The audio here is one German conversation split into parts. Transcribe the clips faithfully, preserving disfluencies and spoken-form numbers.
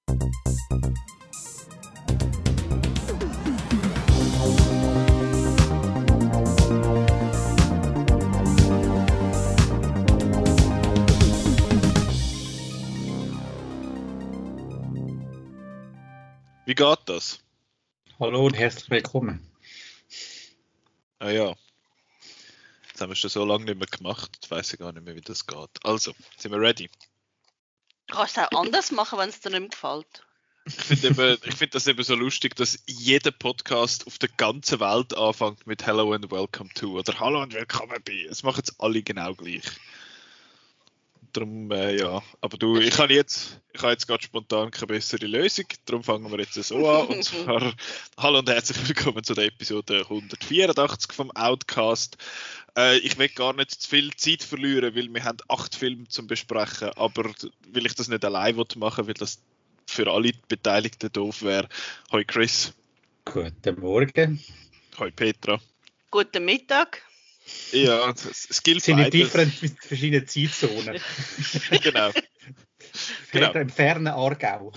Wie geht das? Hallo und herzlich willkommen. Ah ja, jetzt haben wir es schon so lange nicht mehr gemacht, jetzt weiss ich gar nicht mehr, wie das geht. Also, sind wir ready? Du kannst es auch anders machen, wenn es dir nicht mehr gefällt. Ich finde eben, ich finde das eben so lustig, dass jeder Podcast auf der ganzen Welt anfängt mit Hello and Welcome to oder Hallo und Willkommen bei. Es machen jetzt alle genau gleich. Darum, äh, ja. Aber du, ich habe jetzt, ich habe jetzt gerade spontan keine bessere Lösung, darum fangen wir jetzt so an. Und zwar, hallo und herzlich willkommen zu der Episode hundertvierundachtzig vom Outcast. Äh, ich will gar nicht zu viel Zeit verlieren, weil wir haben acht Filme zum Besprechen, aber weil ich das nicht allein machen will, weil das für alle Beteiligten doof wäre. Hoi Chris. Guten Morgen. Hoi Petra. Guten Mittag. Ja, es, es gilt sind beides. different mit verschiedenen Zeitzonen. Genau. Genau. Genau. Im fernen Aargau.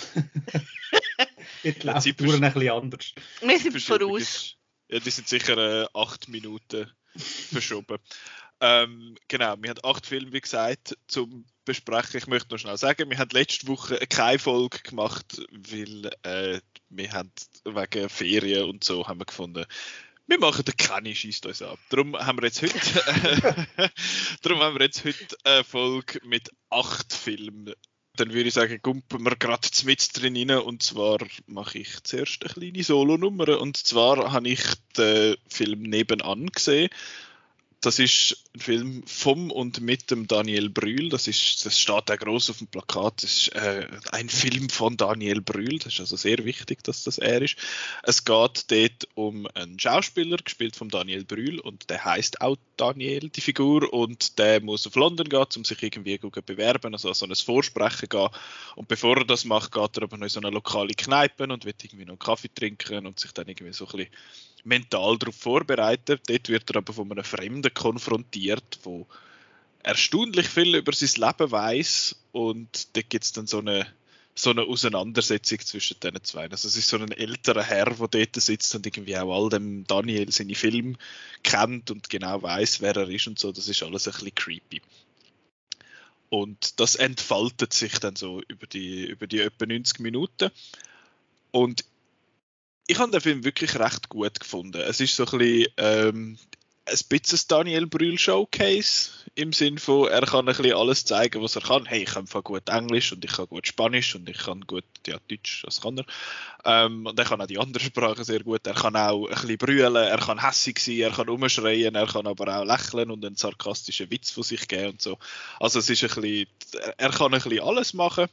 Jetzt läuft die Touren ein bisschen anders. Wir sind voraus. Ja, die sind sicher äh, acht Minuten verschoben. ähm, genau, wir haben acht Filme, wie gesagt, zum Besprechen. Ich möchte noch schnell sagen, wir haben letzte Woche keine Folge gemacht, weil äh, wir haben wegen Ferien und so haben wir gefunden, wir machen den Kenny, schießt uns ab. Darum haben wir jetzt heute, äh, darum haben wir jetzt heute eine Folge mit acht Filmen. Dann würde ich sagen, gumpen wir gerade mit drin rein. Und zwar mache ich zuerst eine kleine Solo-Nummer. Und zwar habe ich den Film Nebenan gesehen. Das ist ein Film vom und mit dem Daniel Brühl. Das, ist, das steht auch gross auf dem Plakat. Das ist äh, ein Film von Daniel Brühl. Das ist also sehr wichtig, dass das er ist. Es geht dort um einen Schauspieler, gespielt von Daniel Brühl. Und der heißt auch Daniel, die Figur. Und der muss auf London gehen, um sich irgendwie zu bewerben, also an so ein Vorsprechen gehen. Und bevor er das macht, geht er aber noch in so eine lokale Kneipe und will irgendwie noch einen Kaffee trinken und sich dann irgendwie so ein bisschen mental darauf vorbereiten. Dort wird er aber von einem Fremden konfrontiert, der erstaunlich viel über sein Leben weiss, und da gibt es dann so eine, so eine Auseinandersetzung zwischen diesen zwei. Also es ist so ein älterer Herr, der dort sitzt und irgendwie auch all dem Daniel seine Filme kennt und genau weiss, wer er ist und so. Das ist alles ein bisschen creepy. Und das entfaltet sich dann so über die, über die etwa neunzig Minuten. Und ich habe den Film wirklich recht gut gefunden. Es ist so ein bisschen, ähm, ein bisschen ein Daniel Brühl Showcase, im Sinne von, er kann ein bisschen alles zeigen, was er kann. Hey, ich kann gut Englisch und ich kann gut Spanisch und ich kann gut, ja, Deutsch, das kann er. Ähm, und er kann auch die anderen Sprachen sehr gut. Er kann auch ein bisschen brüllen, er kann hässig sein, er kann rumschreien, er kann aber auch lächeln und einen sarkastischen Witz von sich geben und so. Also es ist ein bisschen, er kann ein bisschen alles machen.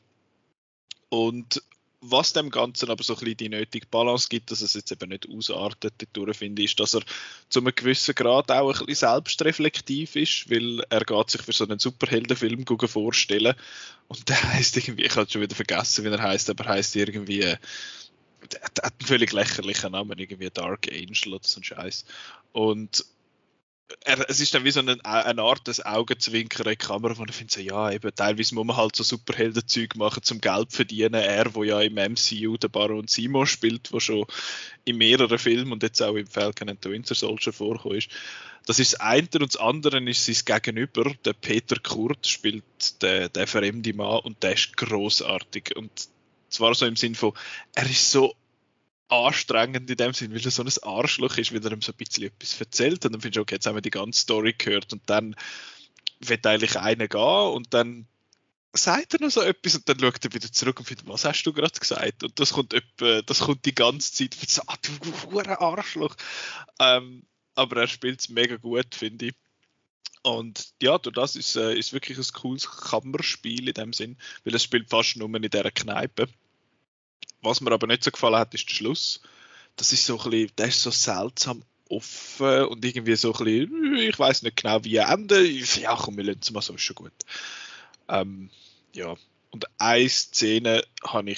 Und was dem Ganzen aber so ein bisschen die nötige Balance gibt, dass es jetzt eben nicht ausartet, dadurch finde ich, ist, dass er zu einem gewissen Grad auch ein bisschen selbstreflektiv ist, weil er geht sich für so einen Superheldenfilm vorstellen und der heisst irgendwie, ich habe schon wieder vergessen, wie er heisst, aber er heisst irgendwie, der hat einen völlig lächerlichen Namen, irgendwie Dark Angel oder so ein Scheiß. Und Er, es ist dann wie so eine, eine Art des Augenzwinkern in die Kamera, wo ich finde, so, ja, eben, teilweise muss man halt so Superheldenzeug machen, zum Geld verdienen. Er, wo ja im M C U der Baron Zemo spielt, der schon in mehreren Filmen und jetzt auch im Falcon and the Winter Soldier vorgekommen ist. Das ist das eine, und das andere ist sein Gegenüber, der Peter Kurt spielt den, den fremden Mann, und der ist grossartig. Und zwar so im Sinn von, er ist so anstrengend in dem Sinn, weil er so ein Arschloch ist, weil er ihm so ein bisschen etwas erzählt, und dann findest du, okay, jetzt haben wir die ganze Story gehört, und dann wird eigentlich einer gehen und dann sagt er noch so etwas und dann schaut er wieder zurück und findet, was hast du gerade gesagt? Und das kommt etwa, das kommt die ganze Zeit, und so, ah, du verdammter Arschloch. Ähm, aber er spielt es mega gut, finde ich. Und ja, durch das ist, äh, ist wirklich ein cooles Kammerspiel in dem Sinn, weil es spielt fast nur in dieser Kneipe. Was mir aber nicht so gefallen hat, ist der Schluss. Das ist so ein bisschen, der ist so seltsam offen und irgendwie so ein bisschen, ich weiß nicht genau, wie er endet. Ja, komm, wir lassen es mal so, ist schon gut. Ähm, ja, und eine Szene habe ich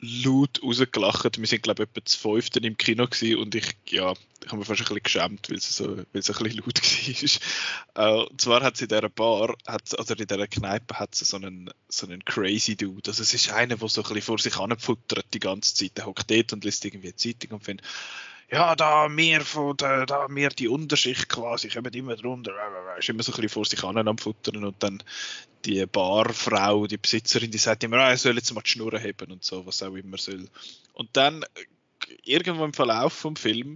laut rausgelacht. Wir sind, glaube ich, etwa zu fünften im Kino gewesen und ich, ja, ich habe mich fast ein bisschen geschämt, weil es so, weil es ein bisschen laut war. Äh, und zwar hat sie in dieser Bar, hat, also in dieser Kneipe, hat sie so einen, so einen crazy Dude. Also es ist einer, der so ein bisschen vor sich hinfuttert die ganze Zeit. Der hockt dort und liest irgendwie eine Zeitung und findet, ja, da wir von der, da wir die Unterschicht quasi, kommen immer drunter, ist immer so ein bisschen vor sich hin am Futtern und dann die Barfrau, die Besitzerin, die sagt immer, ah, er soll jetzt mal die Schnur heben und so, was auch immer soll. Und dann irgendwo im Verlauf vom Film,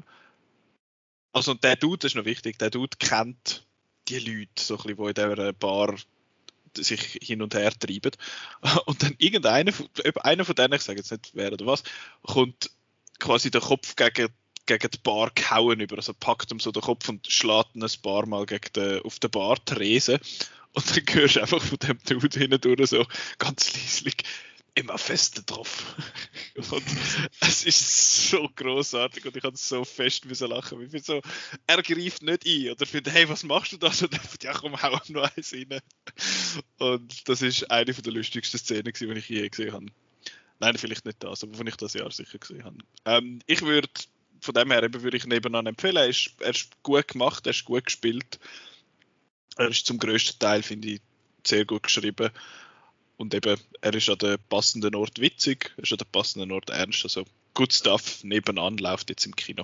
also der Dude, das ist noch wichtig, der Dude kennt die Leute, so ein bisschen, die in dieser Bar sich hin und her treiben. Und dann irgendeiner, einer von denen, ich sage jetzt nicht wer oder was, kommt quasi den Kopf gegen gegen die Bar gehauen über, also packt ihm so den Kopf und schlägt ihn ein paar Mal gegen den, auf den Bar Tresen und dann hörst du einfach von dem Dude hindurch so ganz leislich immer fester drauf. Und es ist so grossartig und ich habe so fest müssen lachen. Ich finde so, er greift nicht ein oder findet, hey, was machst du da? Und dann, ja komm, hau ihm noch eins rein. Und das ist eine der lustigsten Szenen, die ich je gesehen habe. Nein, vielleicht nicht das, aber von ich das Jahr sicher gesehen habe. Ähm, ich würde Von dem her eben würde ich nebenan empfehlen. Er ist, er ist gut gemacht, er ist gut gespielt. Er ist zum grössten Teil, finde ich, sehr gut geschrieben. Und eben, er ist an der passenden Ort witzig, er ist an der passenden Ort ernst. Also, good stuff nebenan läuft jetzt im Kino.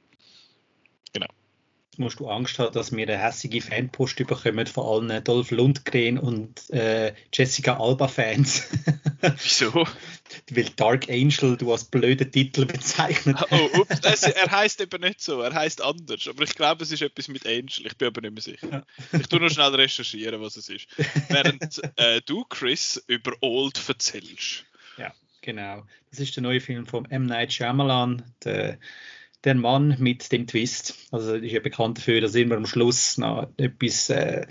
Genau. Jetzt musst du Angst haben, dass wir eine hässige Fanpost bekommen von allen Dolph Lundgren und äh, Jessica Alba-Fans. Wieso? Weil Dark Angel du als blöden Titel bezeichnet. Oh, ups, es, er heisst eben nicht so, er heisst anders. Aber ich glaube, es ist etwas mit Angel, ich bin aber nicht mehr sicher. Ich tue noch schnell recherchieren, was es ist. Während äh, du, Chris, über Old erzählst. Ja, genau. Das ist der neue Film von M. Night Shyamalan, der, der Mann mit dem Twist. Also ist ja bekannt dafür, dass immer am Schluss noch etwas äh,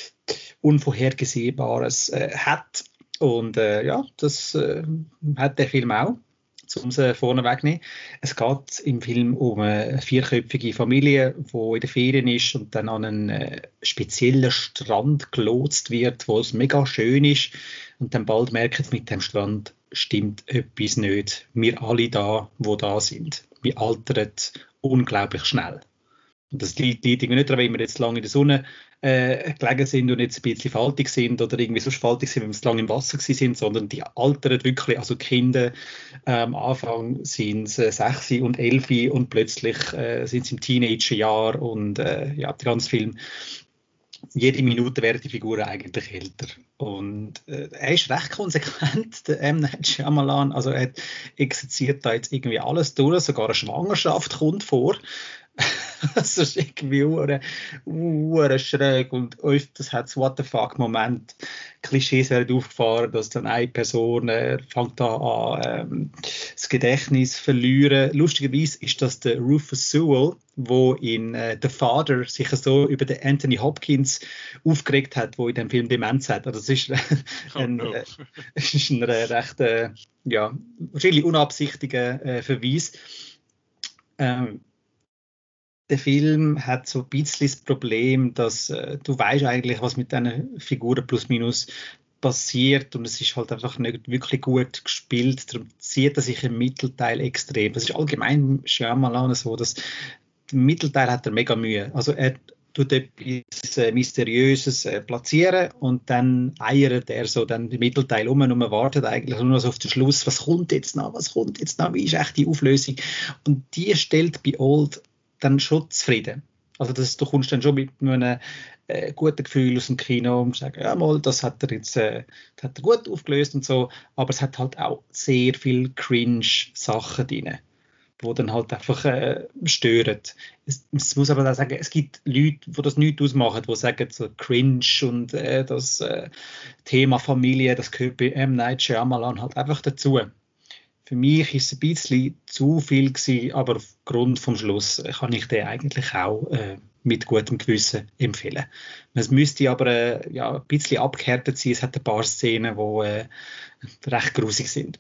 Unvorhergesehbares äh, hat. Und äh, ja, das äh, hat der Film auch, um es vorne wegzunehmen. Es geht im Film um eine vierköpfige Familie, die in der Ferien ist und dann an einen äh, speziellen Strand gelotst wird, wo es mega schön ist. Und dann bald merken, mit dem Strand stimmt etwas nicht. Wir alle da, wo da sind, wir altern unglaublich schnell. Und das liegt irgendwie nicht daran, wenn wir jetzt lange in der Sonne äh, gelegen sind und jetzt ein bisschen faltig sind oder irgendwie so faltig sind, wenn wir lange im Wasser gewesen sind, sondern die altern wirklich, also die Kinder äh, am Anfang sind sie sechs und elf und plötzlich äh, sind sie im Teenagerjahr und äh, ja, der ganze Film, jede Minute werden die Figuren eigentlich älter. Und äh, er ist recht konsequent, der M. Night Shyamalan, also er exerziert da jetzt irgendwie alles durch, sogar eine Schwangerschaft kommt vor. Das ist irgendwie ure, ure schräg und öfters hat es What the fuck Moment. Klischees werden aufgefahren, dass dann eine Person äh, fängt da an ähm, das Gedächtnis verlieren. Lustigerweise ist das der Rufus Sewell, wo in äh, The Father sich so über den Anthony Hopkins aufgeregt hat, wo in dem Film Demenz hat. Also das ist ein, oh no. äh, ist ein äh, recht äh, ja, wahrscheinlich unabsichtiger äh, Verweis. Ähm, Der Film hat so ein bisschen das Problem, dass äh, du weißt eigentlich, was mit diesen Figuren plus minus passiert und es ist halt einfach nicht wirklich gut gespielt. Darum zieht er sich im Mittelteil extrem. Das ist allgemein im Shyamalan so, dass im Mittelteil hat er mega Mühe. Also er tut etwas äh, Mysteriöses äh, platzieren und dann eiert er so dann im Mittelteil um und man wartet eigentlich nur noch so auf den Schluss, was kommt jetzt noch, was kommt jetzt noch, wie ist echt die Auflösung? Und die stellt bei Old dann schon zufrieden. Also das, du kommst dann schon mit einem äh, guten Gefühl aus dem Kino und sagst, ja mal, das hat er jetzt äh, das hat er gut aufgelöst und so, aber es hat halt auch sehr viel Cringe-Sachen drin, die dann halt einfach äh, stören. Es, es muss aber auch sagen, es gibt Leute, die das nicht ausmachen, die sagen, so Cringe und äh, das äh, Thema Familie, das gehört bei M. Night Shyamalan halt einfach dazu. Für mich ist es ein bisschen zu viel gewesen, aber aufgrund vom Schluss kann ich den eigentlich auch äh, mit gutem Gewissen empfehlen. Es müsste aber äh, ja, ein bisschen abgehärtet sein. Es hat ein paar Szenen, die äh, recht grusig sind.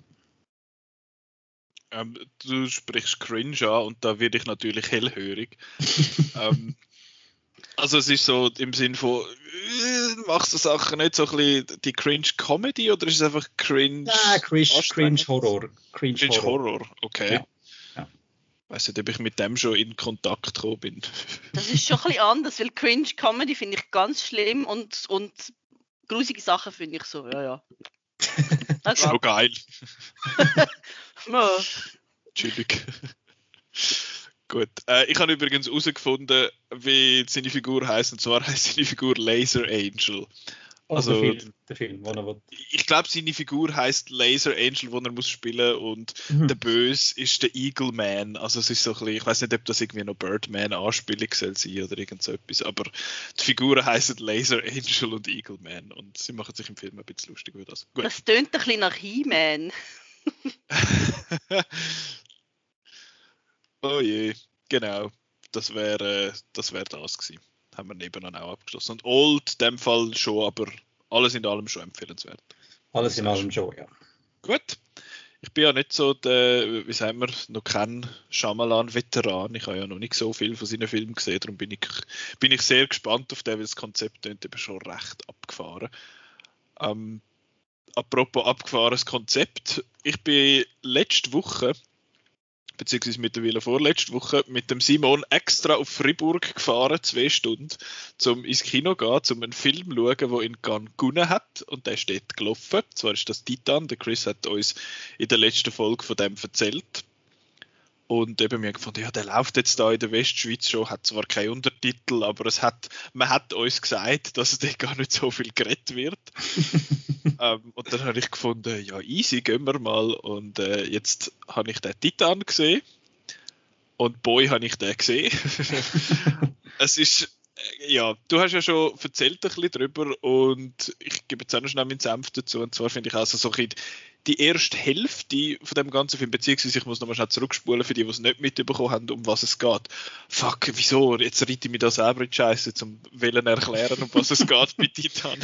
Ähm, du sprichst Cringe an und da werde ich natürlich hellhörig. ähm, Also es ist so im Sinn von, äh, machst du Sachen nicht so ein bisschen die Cringe-Comedy oder ist es einfach Cringe? Nein, Cringe-Horror. Cringe-Horror, Cringe okay. Ja. Ja. Ich weiss nicht, ob ich mit dem schon in Kontakt gekommen bin. Das ist schon ein bisschen anders, weil Cringe-Comedy finde ich ganz schlimm und, und grusige Sachen finde ich so, ja, ja. Das ist schon geil. Ja. Chillig. Gut. Äh, ich habe übrigens herausgefunden, wie seine Figur heisst. Und zwar heisst seine Figur Laser Angel. Also, der Film, der Film wo er will. Ich glaube, seine Figur heisst Laser Angel, wo er muss spielen und Mhm. der Böse ist der Eagle Man. Also es ist so ein bisschen, ich weiß nicht, ob das irgendwie noch Birdman Anspielung soll sein oder irgend so etwas, aber die Figuren heißen Laser Angel und Eagle Man und sie machen sich im Film ein bisschen lustig über das. Gut. Das tönt ein bisschen nach He-Man. Oh je, genau. Das wäre das, wär das gewesen. Haben wir nebenan auch abgeschlossen. Und Old, in dem Fall schon, aber alles in allem schon empfehlenswert. Alles in allem schon, ja. Gut. Ich bin ja nicht so der, wie sagen wir, noch kein Shyamalan-Veteran. Ich habe ja noch nicht so viel von seinen Filmen gesehen, darum bin ich, bin ich sehr gespannt auf den, weil das Konzept klingt eben schon recht abgefahren. Ähm, apropos abgefahrenes Konzept. Ich bin letzte Woche beziehungsweise mittlerweile vorletzte Woche, mit dem Simon extra auf Fribourg gefahren, zwei Stunden, um ins Kino zu gehen, um einen Film zu schauen, der in Cannes gewonnen hat. Und der ist dort gelaufen. Zwar ist das Titan. Der Chris hat uns in der letzten Folge von dem erzählt. Und eben, wir haben gefunden, ja, der läuft jetzt da in der Westschweiz schon, hat zwar keine Untertitel, aber es hat, man hat uns gesagt, dass dort gar nicht so viel geredet wird. ähm, und dann habe ich gefunden, ja, easy, gehen wir mal. Und äh, jetzt habe ich den Titan gesehen. Und Boy habe ich den gesehen. Es ist, äh, ja, du hast ja schon erzählt ein bisschen drüber und ich gebe jetzt auch noch schnell meinen Senf dazu. Und zwar finde ich also so ein bisschen die erste Hälfte von dem ganzen Film, beziehungsweise ich muss nochmal schnell zurückspulen für die, die es nicht mitbekommen haben, um was es geht. Fuck, wieso? Jetzt reite ich mich da selber in die Scheiße, um wollen erklären, um was es geht bei Titan.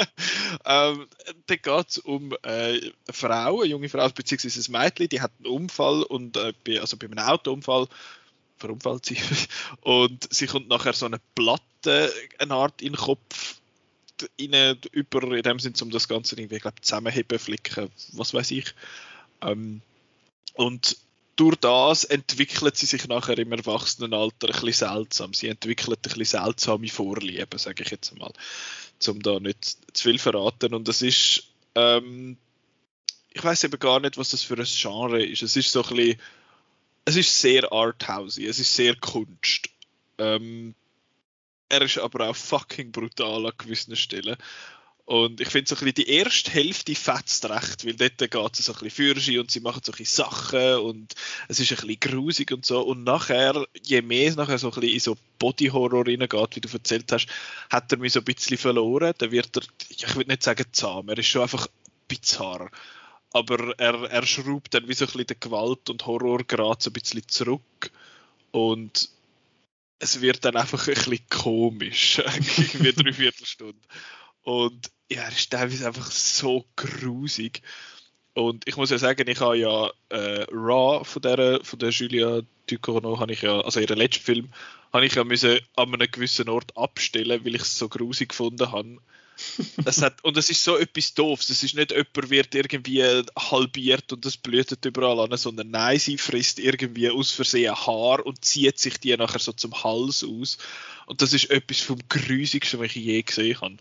ähm, da geht es um äh, eine Frau, eine junge Frau, beziehungsweise ein Mädchen, die hat einen Unfall, und äh, bei, also bei einem Autounfall, verunfallt sie, und sie kommt nachher so eine Platte, eine Art in den Kopf, rein, über, in dem Sinne, um das Ganze irgendwie, ich glaube, zusammenheben, flicken, was weiß ich. Ähm, und durch das entwickelt sie sich nachher im Erwachsenenalter ein bisschen seltsam. Sie entwickelt ein bisschen seltsame Vorlieben, sage ich jetzt mal, um da nicht zu viel verraten. Und das ist, ähm, ich weiß eben gar nicht, was das für ein Genre ist. Es ist so ein bisschen, es ist sehr arthousey, es ist sehr Kunst. Ähm, Er ist aber auch fucking brutal an gewissen Stellen. Und ich finde so ein bisschen die erste Hälfte fetzt recht, weil dort geht es so ein bisschen Führerschein und sie machen so ein bisschen Sachen und es ist ein bisschen grusig und so. Und nachher, je mehr es nachher so ein bisschen in so Body-Horror reingeht, wie du erzählt hast, hat er mich so ein bisschen verloren. Dann wird er, ich würde nicht sagen zahm, er ist schon einfach bizarr. Aber er, er schraubt dann wie so ein bisschen den Gewalt- und Horrorgrad so ein bisschen zurück. Und es wird dann einfach ein bisschen komisch, irgendwie drei Viertelstunde. Und ja, er ist teilweise einfach so grusig. Und ich muss ja sagen, ich habe ja äh, Raw von der, von der Julia Ducournau, habe ich ja, also ihren letzten Film, habe ich ja müssen an einem gewissen Ort abstellen, weil ich es so grusig gefunden habe. Es hat, und es ist so etwas Doofes. Es ist nicht, jemand wird irgendwie halbiert und das blutet überall an, sondern nein, sie frisst irgendwie aus Versehen Haar und zieht sich die nachher so zum Hals aus. Und das ist etwas vom Grusigsten, was ich je gesehen habe.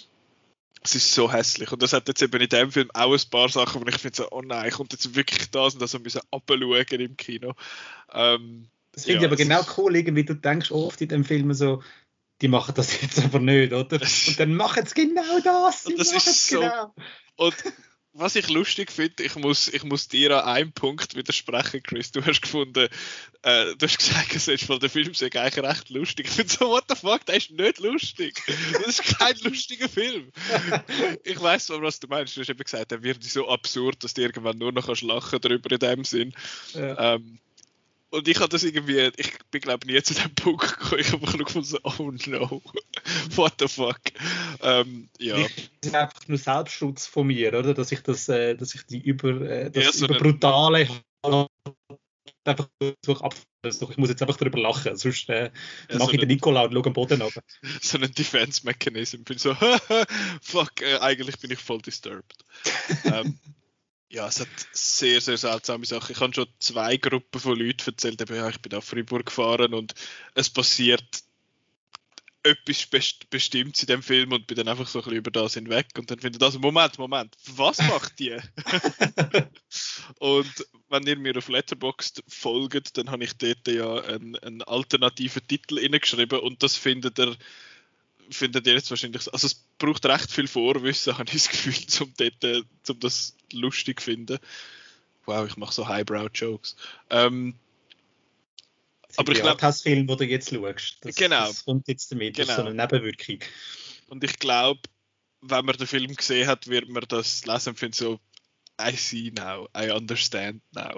Es ist so hässlich. Und das hat jetzt eben in dem Film auch ein paar Sachen, wo ich finde so, oh nein, kommt jetzt wirklich das und das, und müssen abschauen im Kino. Ähm, Das finde ja, ich aber genau cool, irgendwie, du denkst oft in dem Film so, die machen das jetzt aber nicht, oder? Und dann machen sie genau das. Und das ist so. Genau. Und was ich lustig finde, ich muss, ich muss dir an einem Punkt widersprechen, Chris. Du hast gefunden, äh, du hast gesagt, es ist, weil der Film sei eigentlich recht lustig. Ich finde so, what the fuck, der ist nicht lustig. Das ist kein lustiger Film. Ich weiss zwar, was du meinst. Du hast eben gesagt, der wird so absurd, dass du irgendwann nur noch lachen darüber in dem Sinn. Ja. Ähm, Und ich habe das irgendwie, ich bin glaube nie zu dem Punkt gekommen, ich habe nur gefunden, so, oh no, what the fuck. Ähm, ja. Das ist einfach nur Selbstschutz von mir, oder? Dass ich das, äh, dass ich die über, äh, das Ja, so über eine- brutale einfach versuche Also, ich muss jetzt einfach darüber lachen, sonst äh, Ja, mache so ich den ein- Nikola und schaue am Boden runter. So ein Defense-Mechanism. Ich bin so, fuck, äh, eigentlich bin ich voll disturbed. ähm, ja, es hat sehr, sehr seltsame Sachen. Ich habe schon zwei Gruppen von Leuten erzählt, eben, ja, ich bin nach Freiburg gefahren und es passiert etwas best Bestimmtes in dem Film und bin dann einfach so ein bisschen über das hinweg und dann finde ich das, Moment, Moment, was macht die? Und wenn ihr mir auf Letterboxd folgt, dann habe ich dort ja einen, einen alternativen Titel hineingeschrieben und das findet ihr, findet ihr jetzt wahrscheinlich, also es braucht recht viel Vorwissen, habe ich das Gefühl, um, dort, um das lustig zu finden. Wow, ich mache so Highbrow-Jokes. Ähm, aber ich glaube, Arthouse-Film, den du jetzt schaust, das, Genau. das kommt jetzt damit, das ist so Genau. eine Nebenwirkung. und ich glaube, wenn man den Film gesehen hat, wird man das lesen und findet so, I see now, I understand now.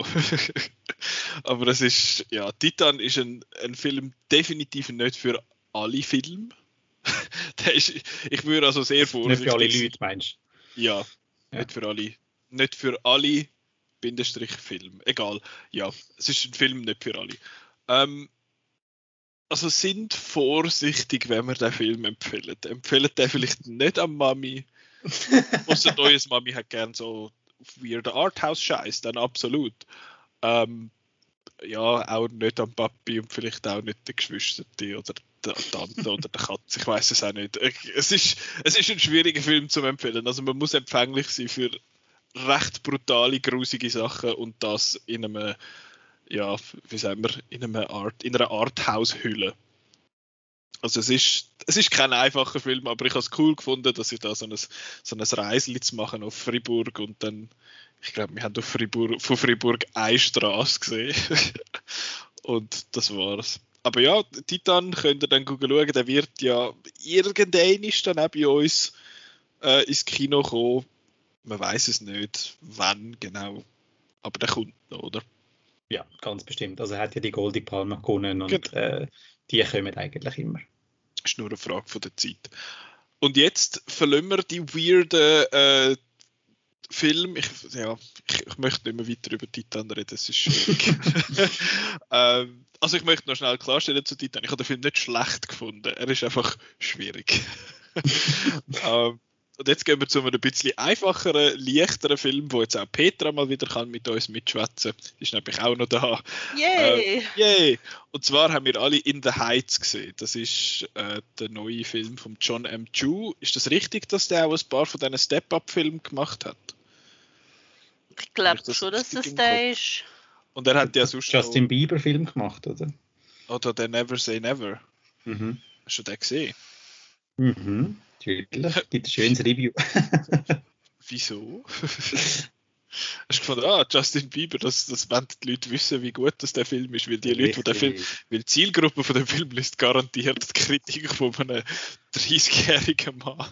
Aber es ist, ja, Titan ist ein, ein Film definitiv nicht für alle Filme. Der ist, ich würde also sehr vorsichtig Nicht für alle sein. Leute, meinst Ja, Ja. nicht für alle. Nicht für alle, Bindestrich Film. Egal. Ja, es ist ein Film nicht für alle. Ähm, also sind vorsichtig, wenn wir den Film empfehlen. Empfehlt den vielleicht nicht an Mami. Ausser euer Mami hat gern so weirden Arthouse-Scheiß, dann absolut. Ähm, ja, auch nicht am Papi und vielleicht auch nicht der Geschwisterte oder der Tante oder der Katze, ich weiß es auch nicht. Es ist, es ist ein schwieriger Film zu empfehlen. Also man muss empfänglich sein für recht brutale, grusige Sachen und das in einem, ja, wie sagen wir, in, einem Art, in einer Arthouse-Hülle. Also es ist, es ist kein einfacher Film, aber ich habe es cool gefunden, dass ich da so ein, so ein Reisli zu machen auf Freiburg und dann, ich glaube, wir haben auf Freiburg, von Freiburg eine Straße gesehen. Und das war's. Aber ja, Titan könnt ihr dann schauen, der wird ja irgendwann ist dann auch bei uns äh, ins Kino kommen. Man weiß es nicht, wann genau, aber der kommt noch, oder? Ja, ganz bestimmt. Also er hat ja die Goldene Palme gewonnen und Genau. äh, die kommen eigentlich immer. Das ist nur eine Frage von der Zeit. Und jetzt verlassen wir die weirden äh, Filme. Ich, ja, ich, ich möchte nicht mehr weiter über Titan reden, das ist schwierig. ähm, also ich möchte noch schnell klarstellen zu Titan. Ich habe den Film nicht schlecht gefunden. Er ist einfach schwierig. ähm, und jetzt gehen wir zu einem bisschen einfacheren, leichteren Film, wo jetzt auch Petra mal wieder kann mit uns mitschwätzen kann. Ist nämlich auch noch da. Yay! Äh, yay! Und zwar haben wir alle In the Heights gesehen. Das ist äh, der neue Film von John M. Chu. Ist das richtig, dass der auch ein paar von diesen Step-Up-Filmen gemacht hat? Ich glaube das schon, dass richtig das im der ist. Und er hat ja sonst Justin noch, Bieber Film gemacht, oder? oder der Never Say Never. Mhm. Hast du den gesehen? Mhm. Natürlich. Gibt ein schönes Review. Wieso? Hast du gefunden, ah, Justin Bieber, das, das wollen die Leute wissen, wie gut das der Film ist, weil die Leute, die den Film, weil die Zielgruppe von dem Film liest garantiert die Kritik von einem dreißigjährigen Mann.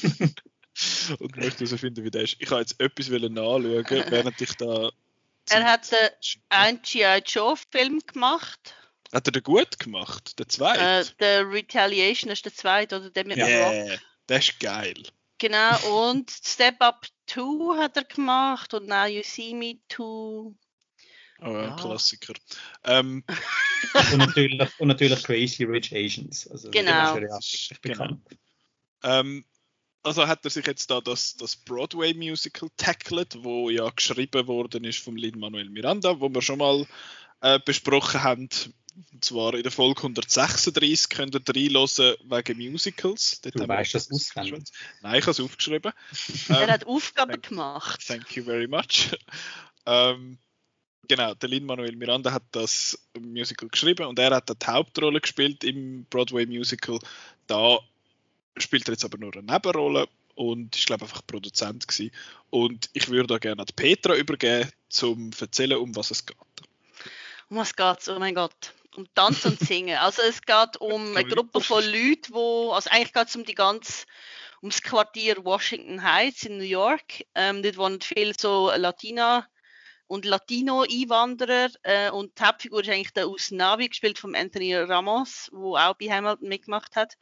Und möchte herausfinden, wie der ist. Ich habe jetzt etwas nachschauen, während ich da... Er hat einen G I. Joe-Film gemacht. Hat er den gut gemacht? Der zweite? Äh, der Retaliation ist der zweite, oder der mit Ja, dem yeah, Rock. der ist geil. Genau, und Step Up zwei hat er gemacht und Now You See Me zwei. Oh ja, Ja. Klassiker. Ähm, und, natürlich, und natürlich Crazy Rich Asians. Also Genau. Das ist ja Genau. bekannt. ähm, also hat er sich jetzt da das, das Broadway-Musical tackled, wo ja geschrieben worden ist von Lin-Manuel Miranda, wo wir schon mal äh, besprochen haben. Und zwar in der Folge hundertsechsunddreißig könnt ihr reinhören wegen Musicals. Dort Du haben wir weißt das etwas auswendig. geschwätzt. Nein, ich habe es aufgeschrieben. Er Ähm, hat Aufgaben thank- gemacht. Thank you very much. ähm, genau, der Lin-Manuel Miranda hat das Musical geschrieben und er hat die Hauptrolle gespielt im Broadway-Musical. Da spielt er jetzt aber nur eine Nebenrolle und ist, glaube ich, einfach Produzent gewesen. Und ich würde da gerne an die Petra übergeben, um zu erzählen, um was es geht. Um was geht's? Oh mein Gott. Um Tanz und Singen. Also es geht um eine Gruppe von Leuten, wo, also eigentlich geht es um die ganz, ums Quartier Washington Heights in New York. Ähm, dort wohnen viele so Latina und Latino-Einwanderer äh, und die Hauptfigur ist eigentlich der Usnavi, gespielt von Anthony Ramos, wo auch bei Hamilton mitgemacht hat.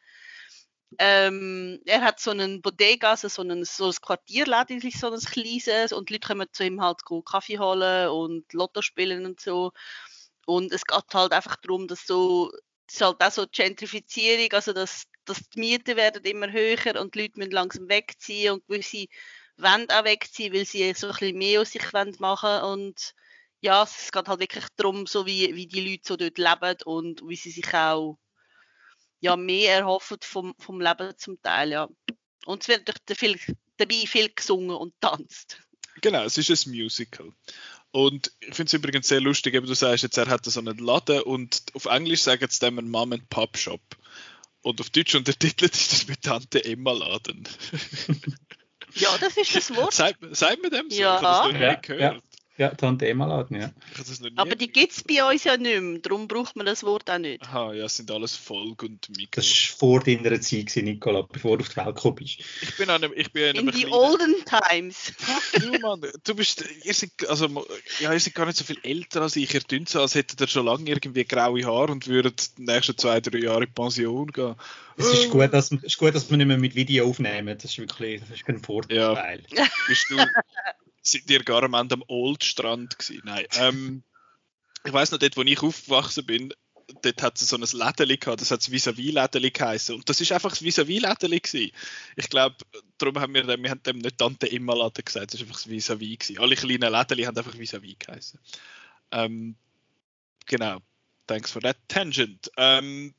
Ähm, er hat so einen Bodega, also so ein, so ein Quartierladen, so ein kleines, und die Leute kommen zu ihm halt Kaffee holen und Lotto spielen und so. Und es geht halt einfach darum, dass so, es ist halt auch so die Gentrifizierung, also dass, dass die Mieten werden immer höher und die Leute müssen langsam wegziehen und gewisse wollen auch wegziehen, weil sie so ein bisschen mehr aus sich machen wollen. Und ja, es geht halt wirklich darum, so wie, wie die Leute so dort leben und wie sie sich auch ja, mehr erhoffen vom, vom Leben zum Teil, ja. Und es wird durch viel, dabei viel gesungen und tanzt. Genau, es ist ein Musical. Und ich finde es übrigens sehr lustig, eben du sagst jetzt, er hat so einen Laden und auf Englisch sagen sie dem einen Mom-and-Pop-Shop. Und auf Deutsch untertitelt ist das mit Tante Emma Laden. Ja, das ist das Wort. Sagt, sagt man dem so? Ja. Ich habe das noch nie Ja, gehört. ja. Ja, Tante Emma Laden, ja. Ich habe das noch nie Aber die gibt es bei uns ja nicht mehr, darum braucht man das Wort auch nicht. Aha, ja, es sind alles Volk und Mikro. Das war vor deiner Zeit, Nicola, bevor du auf die Welt gekommen bist. Ich bin an einem, ich bin an einem In the kleinen- olden times. Du, Mann, du bist, ihr seid, also, ja, ihr seid gar nicht so viel älter als ich. Ihr tönt so, als hättet ihr schon lange irgendwie graue Haare und würdet die nächsten zwei, drei Jahre in die Pension gehen. Es ist gut, dass, es ist gut, dass wir nicht mehr mit Video aufnehmen. Das ist wirklich das ist kein Vorteil. Bist du, seid ihr gar am Ende am Oldstrand gewesen? Nein. Ähm, ich weiss noch, dort, wo ich aufgewachsen bin, dort hat es so ein Lädeli gehabt, das hat das Vis-à-vis-Lädeli geheißen. Und das ist einfach das Vis-à-vis-Lädeli gewesen. Ich glaube, darum haben wir dem, wir haben dem nicht Tante Emma Laden gesagt, das war einfach das Vis-à-vis gewesen. Alle kleinen Lädeli haben einfach Vis-à-vis geheißen. Ähm, genau. Thanks for that tangent. Ähm,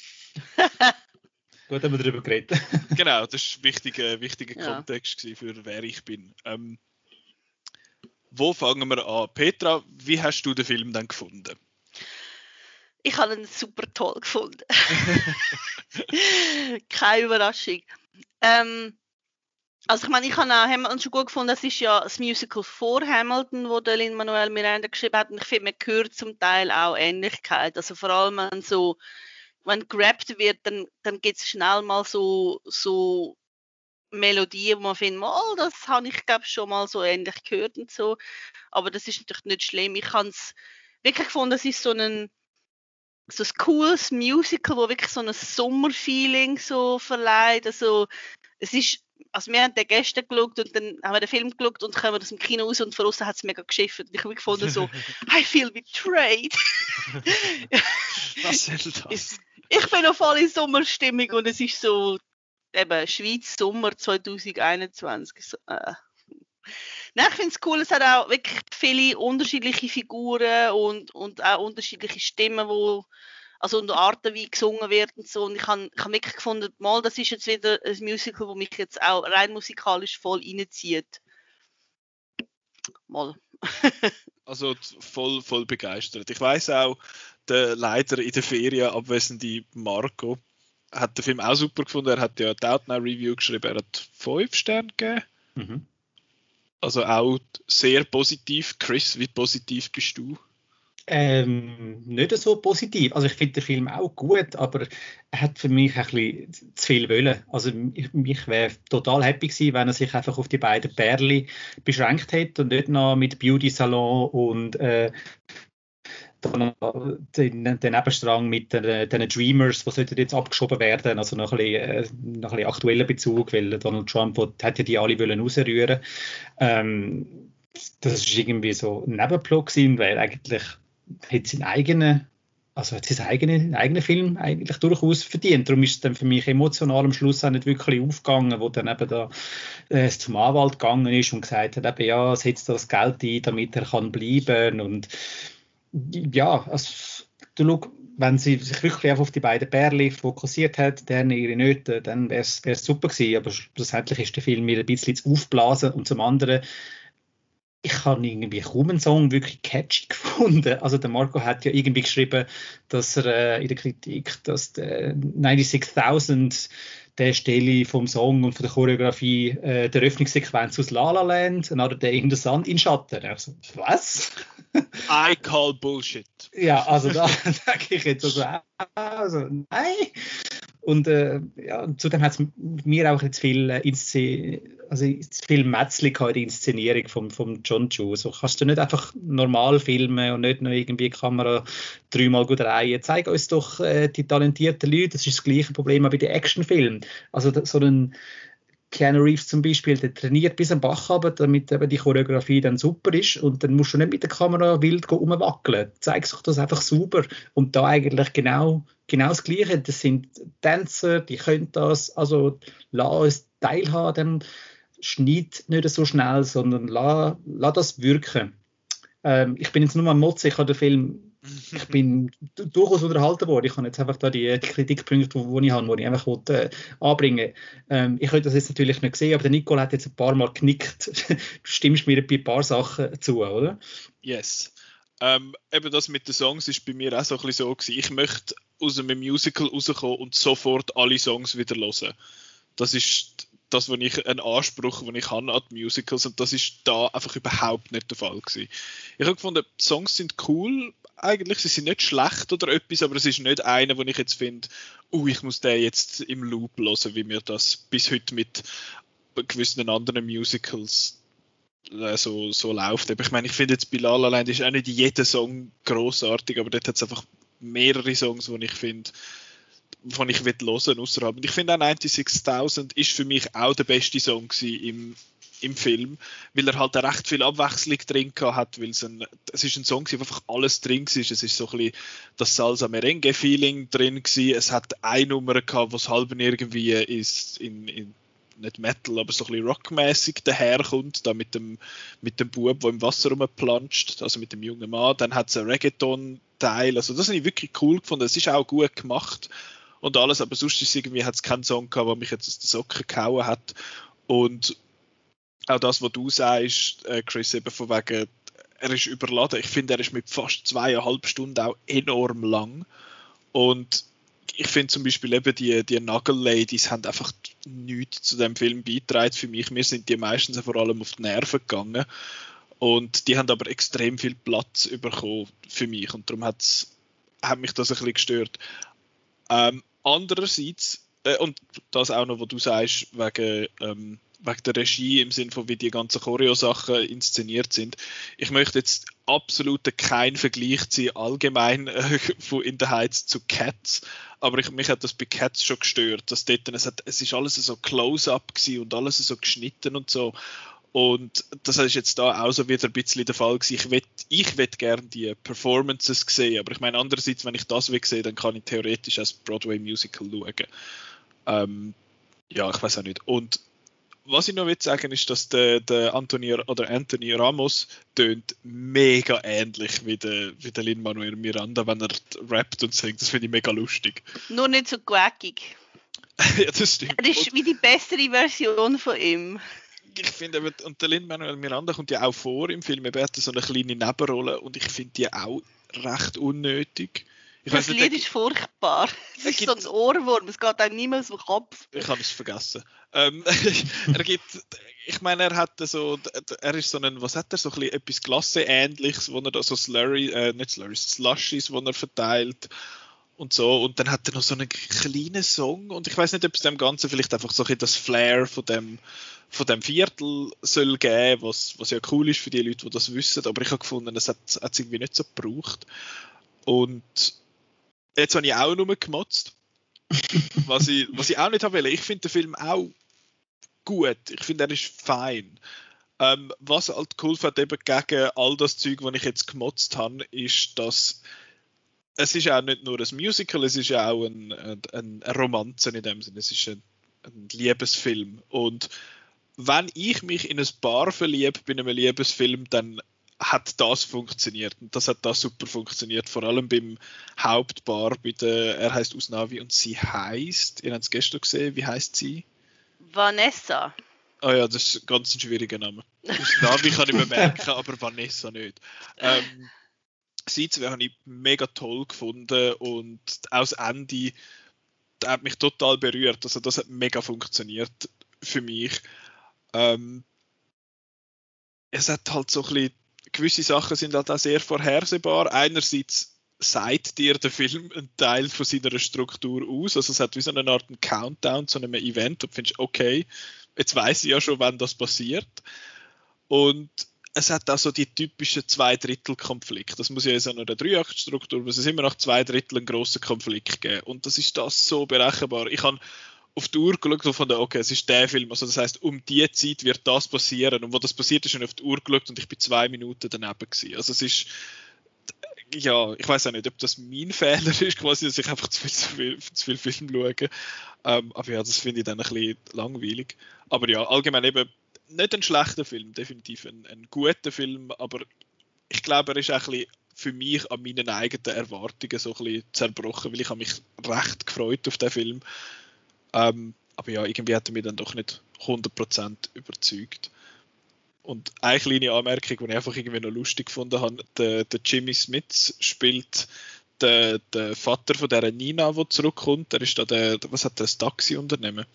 Gut, haben wir darüber geredet. genau, das war ein wichtiger, wichtiger Ja. Kontext gewesen für wer ich bin. Ähm, wo fangen wir an? Petra, wie hast du den Film dann gefunden? Ich habe ihn super toll gefunden. Keine Überraschung. Ähm, also ich meine, ich habe auch Hamilton schon gut gefunden. Das ist ja das Musical vor Hamilton, wo der Lin-Manuel Miranda geschrieben hat. Und ich finde, man hört zum Teil auch Ähnlichkeit. Also vor allem, wenn so, wenn gerappt wird, dann, dann gibt es schnell mal so, so Melodien, wo man findet, oh, das habe ich glaube schon mal so ähnlich gehört und so. Aber das ist natürlich nicht schlimm. Ich habe es wirklich gefunden, es ist so ein so ein cooles Musical, wo wirklich so ein Sommerfeeling so verleiht. Also es ist, also wir haben den gestern geschaut und dann haben wir den Film geschaut und kommen aus dem Kino raus und von außen hat es mega geschifft. Ich habe gefunden so, I feel betrayed. Was soll das? Ich bin noch voll in Sommerstimmung und es ist so, eben, Schweiz Sommer zwanzig einundzwanzig. So, äh. Nein, ich finde es cool, es hat auch wirklich viele unterschiedliche Figuren und, und auch unterschiedliche Stimmen, wo, also und Arten, wie gesungen wird und so. Und ich habe ich hab wirklich gefunden, mal, das ist jetzt wieder ein Musical, das mich jetzt auch rein musikalisch voll reinzieht. Mal. Also t- voll, voll begeistert. Ich weiss auch, der leider in der Ferien abwesende Marco hat den Film auch super gefunden. Er hat ja die Outnow Review geschrieben, er hat fünf Sterne gegeben. Mhm. Also auch sehr positiv. Chris, wie positiv bist du? Ähm, nicht so positiv. Also ich finde den Film auch gut, aber er hat für mich ein bisschen zu viel wollen. Also ich, ich wäre total happy gewesen, wenn er sich einfach auf die beiden Pärchen beschränkt hätte und nicht noch mit Beauty Salon und äh, dann noch den, den Nebenstrang mit den, den Dreamers, die sollten jetzt abgeschoben werden, also noch ein bisschen, äh, noch ein bisschen aktueller Bezug, weil Donald Trump hat ja die alle wollen rausrühren. Ähm, das ist irgendwie so ein Nebenplot gewesen, weil eigentlich hat seinen eigenen, also hat seinen eigenen, eigenen Film eigentlich durchaus verdient. Darum ist es dann für mich emotional am Schluss auch nicht wirklich aufgegangen, wo dann eben da äh, zum Anwalt gegangen ist und gesagt hat, eben, ja, setzt das Geld ein, damit er kann bleiben. Und ja, also, du schau, wenn sie sich wirklich einfach auf die beiden Pärchen fokussiert hat, deren ihre Nöte, dann wäre es super gewesen. Aber schlussendlich ist der Film mir ein bisschen zu aufblasen. Und zum anderen, ich habe irgendwie kaum einen Song wirklich catchy gefunden. Also der Marco hat ja irgendwie geschrieben, dass er äh, in der Kritik, dass der sechsundneunzigtausend der Stelle vom Song und von der Choreografie äh, der Öffnungssequenz aus La La Land, Another Day in the Sun in Schatten. Also, was? I call Bullshit. Ja, also da sage ich jetzt also, also nein. Und äh, ja, zudem hat es mir auch jetzt viel äh, Inszen- also zu viel Mätzli in der Inszenierung von vom John Chu. So kannst du nicht einfach normal filmen und nicht noch irgendwie die Kamera dreimal gut drehen. Zeig uns doch äh, die talentierten Leute. Das ist das gleiche Problem auch bei den Actionfilmen. Also da, so ein Keanu Reeves zum Beispiel, der trainiert bis am Bach runter, damit eben die Choreografie dann super ist und dann musst du nicht mit der Kamera wild rumwackeln. Zeig sich das einfach super. Und da eigentlich genau, genau das Gleiche. Das sind Tänzer, die können das, also lass uns teilhaben an dem, schneid nicht so schnell, sondern lass, lass das wirken. Ähm, ich bin jetzt nur am Motzen, ich habe den Film ich bin durchaus unterhalten worden. Ich habe jetzt einfach da die, die Kritikpunkte, die, die ich habe, die ich einfach wollte, äh, anbringen. Ähm, ich könnte das jetzt natürlich nicht sehen, aber der Nicole hat jetzt ein paar Mal genickt. Du stimmst mir bei ein paar Sachen zu, oder? Yes. Ähm, eben das mit den Songs ist bei mir auch so ein bisschen so gewesen. Ich möchte aus einem Musical rauskommen und sofort alle Songs wieder hören. Das ist das, was ich, ein Anspruch, den ich habe an die Musicals, und das ist da einfach überhaupt nicht der Fall gewesen. Ich habe gefunden, die Songs sind cool, eigentlich, sie sind nicht schlecht oder etwas, aber es ist nicht einer, wo ich jetzt finde, uh, ich muss den jetzt im Loop hören, wie mir das bis heute mit gewissen anderen Musicals äh, so, so läuft. Aber ich meine, ich finde jetzt bei La La Land ist auch nicht jeder Song grossartig, aber dort hat es einfach mehrere Songs, die ich finde, von ich will hören außerhalb. Und ich finde auch sechsundneunzigtausend ist für mich auch der beste Song im, im Film, weil er halt recht viel Abwechslung drin hat, weil es ein, es ist ein Song, wo einfach alles drin war. Es ist so ein bisschen das Salsa Merengue Feeling drin gewesen. Es hat eine Nummer gehabt, wo es halb irgendwie ist in, in nicht Metal, aber so ein bisschen rockmäßig daherkommt, da mit dem, mit dem Bub, der im Wasser rumplanscht, also mit dem jungen Mann. Dann hat es einen Reggaeton-Teil, also das habe ich wirklich cool gefunden. Es ist auch gut gemacht und alles, aber sonst ist irgendwie, hat es keinen Song gehabt, der mich jetzt aus den Socken gehauen hat. Und auch das, was du sagst, Chris, eben von wegen, er ist überladen. Ich finde, er ist mit fast zweieinhalb Stunden auch enorm lang. Und ich finde zum Beispiel eben, die, die Nugget-Ladies haben einfach nichts zu dem Film beigetragen für mich. Mir sind die meistens vor allem auf die Nerven gegangen. Und die haben aber extrem viel Platz bekommen für mich. Und darum hat's, hat mich das ein bisschen gestört. Ähm, andererseits, äh, und das auch noch, was du sagst, wegen, ähm, wegen der Regie im Sinne von, wie die ganzen Choreo-Sachen inszeniert sind. Ich möchte jetzt absolut keinen Vergleich ziehen, allgemein äh, von In the Heights zu Cats, aber ich, mich hat das bei Cats schon gestört, dass dort, es, hat, es ist alles so close-up gewesen und alles so geschnitten und so. Und das ist jetzt da auch so wieder ein bisschen der Fall gewesen. Ich will, ich will gerne die Performances sehen, aber ich meine, andererseits, wenn ich das will sehen, dann kann ich theoretisch als Broadway-Musical schauen. Ähm, ja, ich weiß auch nicht. Und was ich noch will sagen, ist, dass der, der Anthony, oder Anthony Ramos tönt mega ähnlich wie der, wie der Lin-Manuel Miranda, wenn er rappt und singt. Das finde ich mega lustig. Nur nicht so quackig. Ja, das stimmt. Er ist wie die bessere Version von ihm. Ich finde, und der Lin-Manuel Miranda kommt ja auch vor im Film. Er hat so eine kleine Nebenrolle und ich finde die auch recht unnötig. Ich das weiss Lied nicht, ist furchtbar. Es ist so ein Ohrwurm, es geht einem niemals aus dem Kopf. Ich habe es vergessen. Ähm, er gibt, ich meine, er hat so, er ist so ein, was hat er, so ein bisschen etwas Glasse-ähnliches, wo er da so Slurry, äh, nicht Slurry, Slushies, wo er verteilt und so. Und dann hat er noch so einen kleinen Song und ich weiß nicht, ob es dem Ganzen vielleicht einfach so ein bisschen das Flair von dem, von dem Viertel soll geben, was, was ja cool ist für die Leute, die das wissen. Aber ich habe gefunden, es hat es irgendwie nicht so gebraucht. Und jetzt habe ich auch nur gemotzt. was, ich, was ich auch nicht habe wollen. Ich finde den Film auch gut. Ich finde, er ist fein. Ähm, was halt cool hat eben gegen all das Zeug, was ich jetzt gemotzt habe, ist, dass es ist auch nicht nur ein Musical, es ist ja auch ein, ein, eine Romanze in dem Sinne. Es ist ein, ein Liebesfilm. Und wenn ich mich in ein Paar verliebe bei einem Liebesfilm, dann hat das funktioniert. Und das hat da super funktioniert. Vor allem beim Hauptpaar, bei der, er heißt Usnavi und sie heißt, ihr habt es gestern gesehen, wie heißt sie? Vanessa. Ah oh ja, das ist ein ganz schwieriger Name. Usnavi kann ich bemerken, aber Vanessa nicht. Ähm, sie zwei habe ich mega toll gefunden und auch das Ende das hat mich total berührt. Also das hat mega funktioniert für mich. Ähm, es hat halt so ein bisschen, gewisse Sachen sind halt auch sehr vorhersehbar. Einerseits sagt dir der Film einen Teil von seiner Struktur aus. Also es hat wie so eine Art Countdown zu einem Event. Und du findest, okay, jetzt weiss ich ja schon, wann das passiert. Und es hat auch so die typischen Zwei-Drittel-Konflikte. Das muss ja in so einer Drei-Akt-Struktur, muss es immer nach zwei Drittel einen grossen Konflikt geben. Und das ist das so berechenbar. Ich habe auf die Uhr geschaut und von der, okay, es ist der Film, also das heisst, um die Zeit wird das passieren und wo das passiert ist, habe ich auf die Uhr geschaut und ich bin zwei Minuten daneben gewesen. Also es ist, ja, ich weiß auch nicht, ob das mein Fehler ist, quasi, dass ich einfach zu viel, zu viel, zu viel Film schaue, ähm, aber ja, das finde ich dann ein bisschen langweilig. Aber ja, allgemein eben nicht ein schlechter Film, definitiv ein, ein guter Film, aber ich glaube, er ist auch ein bisschen für mich an meinen eigenen Erwartungen so ein bisschen zerbrochen, weil ich habe mich recht gefreut auf den Film. Ähm, aber ja, irgendwie hat er mich dann doch nicht hundert Prozent überzeugt. Und eine kleine Anmerkung, die ich einfach irgendwie noch lustig gefunden habe, der, der Jimmy Smits spielt den, den Vater von dieser Nina, die zurückkommt. Der ist da der, was hat der, das Taxi-Unternehmen.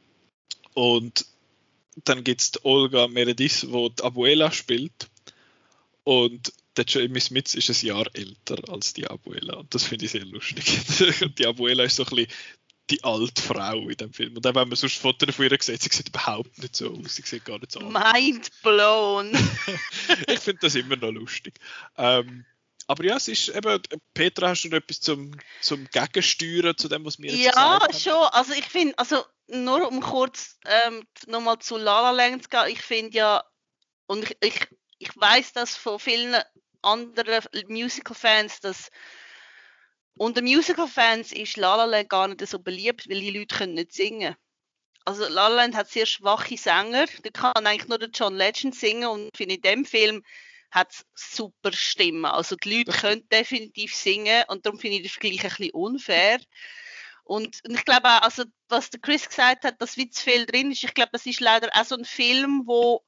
Und dann gibt es Olga Meredith, die die Abuela spielt. Und der Jimmy Smits ist ein Jahr älter als die Abuela. Und das finde ich sehr lustig. Die Abuela ist so ein bisschen die alte Frau in dem Film. Und dann, wenn man sonst Fotos von ihr sieht, sie sieht überhaupt nicht so aus. Sie sieht gar nicht so aus. Mind blown. Ich finde das immer noch lustig. Ähm, aber ja, es ist eben, Petra, hast du noch etwas zum, zum Gegensteuern zu dem, was wir jetzt ja, gesagt haben? Ja, schon. Also ich finde, also nur um kurz ähm, nochmal zu La La Land zu gehen, ich finde ja, und ich, ich, ich weiß das von vielen anderen Musical-Fans, dass unter Musical-Fans ist La La Land gar nicht so beliebt, weil die Leute können nicht singen. Also La La Land hat sehr schwache Sänger, da kann eigentlich nur der John Legend singen und finde in dem Film hat es super Stimmen. Also die Leute können definitiv singen und darum finde ich den Vergleich ein bisschen unfair. Und, und ich glaube auch, also was der Chris gesagt hat, dass wie zu viel drin ist, ich glaube, das ist leider auch so ein Film, wo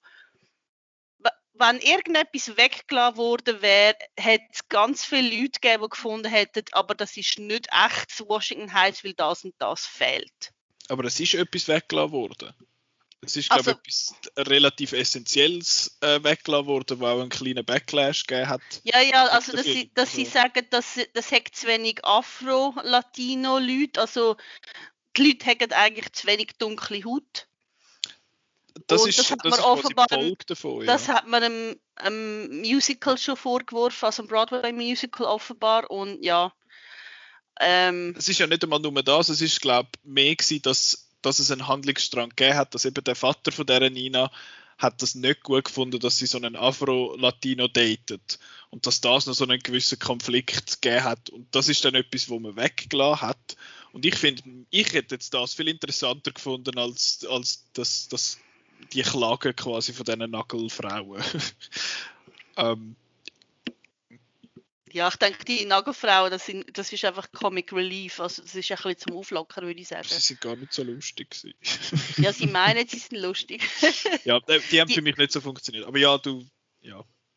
wenn irgendetwas weggelassen worden wäre, hätte es ganz viele Leute gegeben, die gefunden hätten, aber das ist nicht echt Washington Heights, weil das und das fehlt. Aber es ist etwas weggelassen worden. Es ist, Also, glaube ich, etwas relativ Essentielles äh, weggelassen worden, wo auch einen kleinen Backlash gegeben hat. Ja, ja, also dass sie, dass sie sagen, dass das hat zu wenig Afro-Latino-Leute, also die Leute haben eigentlich zu wenig dunkle Haut. Das und ist, das hat das man ist offenbar, quasi die Folge davon. Das ja. hat man einem, einem Musical schon vorgeworfen, also einem Broadway-Musical offenbar. Und ja. Ähm, es ist ja nicht einmal nur das, es ist, glaube ich, mehr gewesen, dass, dass es einen Handlungsstrang gegeben hat, dass eben der Vater von dieser Nina hat das nicht gut gefunden, dass sie so einen Afro-Latino datet. Und dass das noch so einen gewissen Konflikt gegeben hat. Und das ist dann etwas, wo man weggelassen hat. Und ich finde, ich hätte jetzt das viel interessanter gefunden, als, als das, das die Klage quasi von diesen Nagelfrauen. ähm. Ja, ich denke, die Nagelfrauen, das, sind, das ist einfach Comic Relief. Also das ist ein bisschen zum Auflockern, würde ich sagen. Sie sind gar nicht so lustig gewesen. Ja, sie meinen, sie sind lustig. Ja, die, die haben die, für mich nicht so funktioniert. Aber ja, du, ja.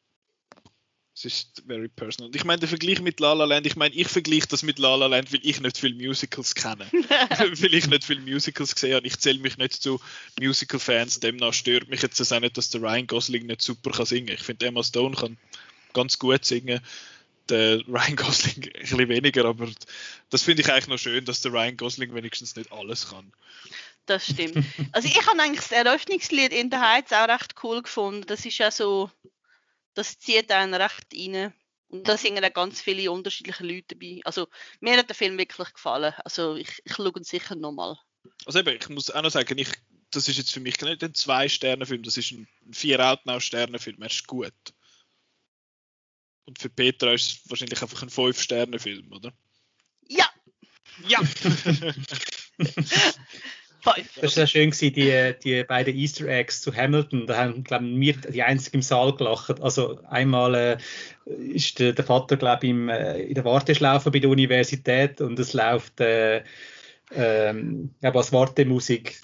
Es ist very personal. Ich meine, der Vergleich mit La La Land, ich meine, ich vergleiche das mit La La Land, weil ich nicht viele Musicals kenne. Weil ich nicht viele Musicals gesehen habe. Ich zähle mich nicht zu Musical-Fans. Demnach stört mich jetzt auch nicht, dass der Ryan Gosling nicht super kann singen. Ich finde, Emma Stone kann ganz gut singen. Der Ryan Gosling ein bisschen weniger, aber das finde ich eigentlich noch schön, dass der Ryan Gosling wenigstens nicht alles kann. Das stimmt. Also ich habe eigentlich das Eröffnungslied in der Heights auch recht cool gefunden. Das ist ja so, das zieht einen recht rein. Und da singen auch ganz viele unterschiedliche Leute dabei. Also mir hat der Film wirklich gefallen. Also ich, ich schaue ihn sicher nochmal. Also eben, ich muss auch noch sagen, ich, das ist jetzt für mich nicht ein Zwei-Sterne-Film, das ist ein Vier-Outnow-Sterne-Film, er ist gut. Und für Petra ist es wahrscheinlich einfach ein Fünf-Sterne-Film, oder? Ja! Ja! Das war ja schön gewesen, die, die beiden Easter Eggs zu Hamilton. Da haben, glaube ich, wir die einzigen im Saal gelacht. Also einmal äh, ist der, der Vater, glaube ich, im, äh, in der Warteschlaufe bei der Universität und es läuft äh, ähm, als Wartemusik.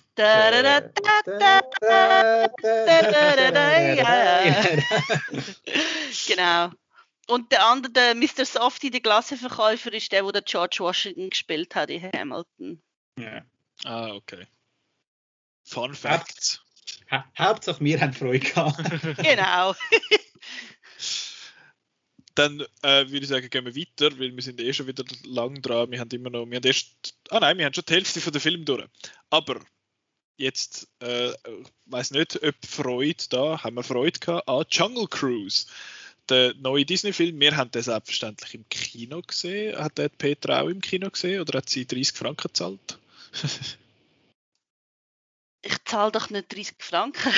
Genau. Und der andere, der Mister Softy, der Glasseverkäufer, ist der, der George Washington gespielt hat in Hamilton. Ja. Ah, okay. Fun Facts. Ha- Hauptsache wir haben Freude gehabt. Genau. Dann äh, würde ich sagen, gehen wir weiter, weil wir sind eh schon wieder lang dran. Wir haben immer noch, wir haben erst, ah nein, wir haben schon die Hälfte von der Film durch. Aber jetzt, äh, ich weiss nicht, ob Freude da, haben wir Freude gehabt an Jungle Cruise. Der neue Disney-Film, wir haben den selbstverständlich im Kino gesehen. Hat der Petra auch im Kino gesehen oder hat sie dreißig Franken gezahlt? ich zahle doch nicht dreißig Franken.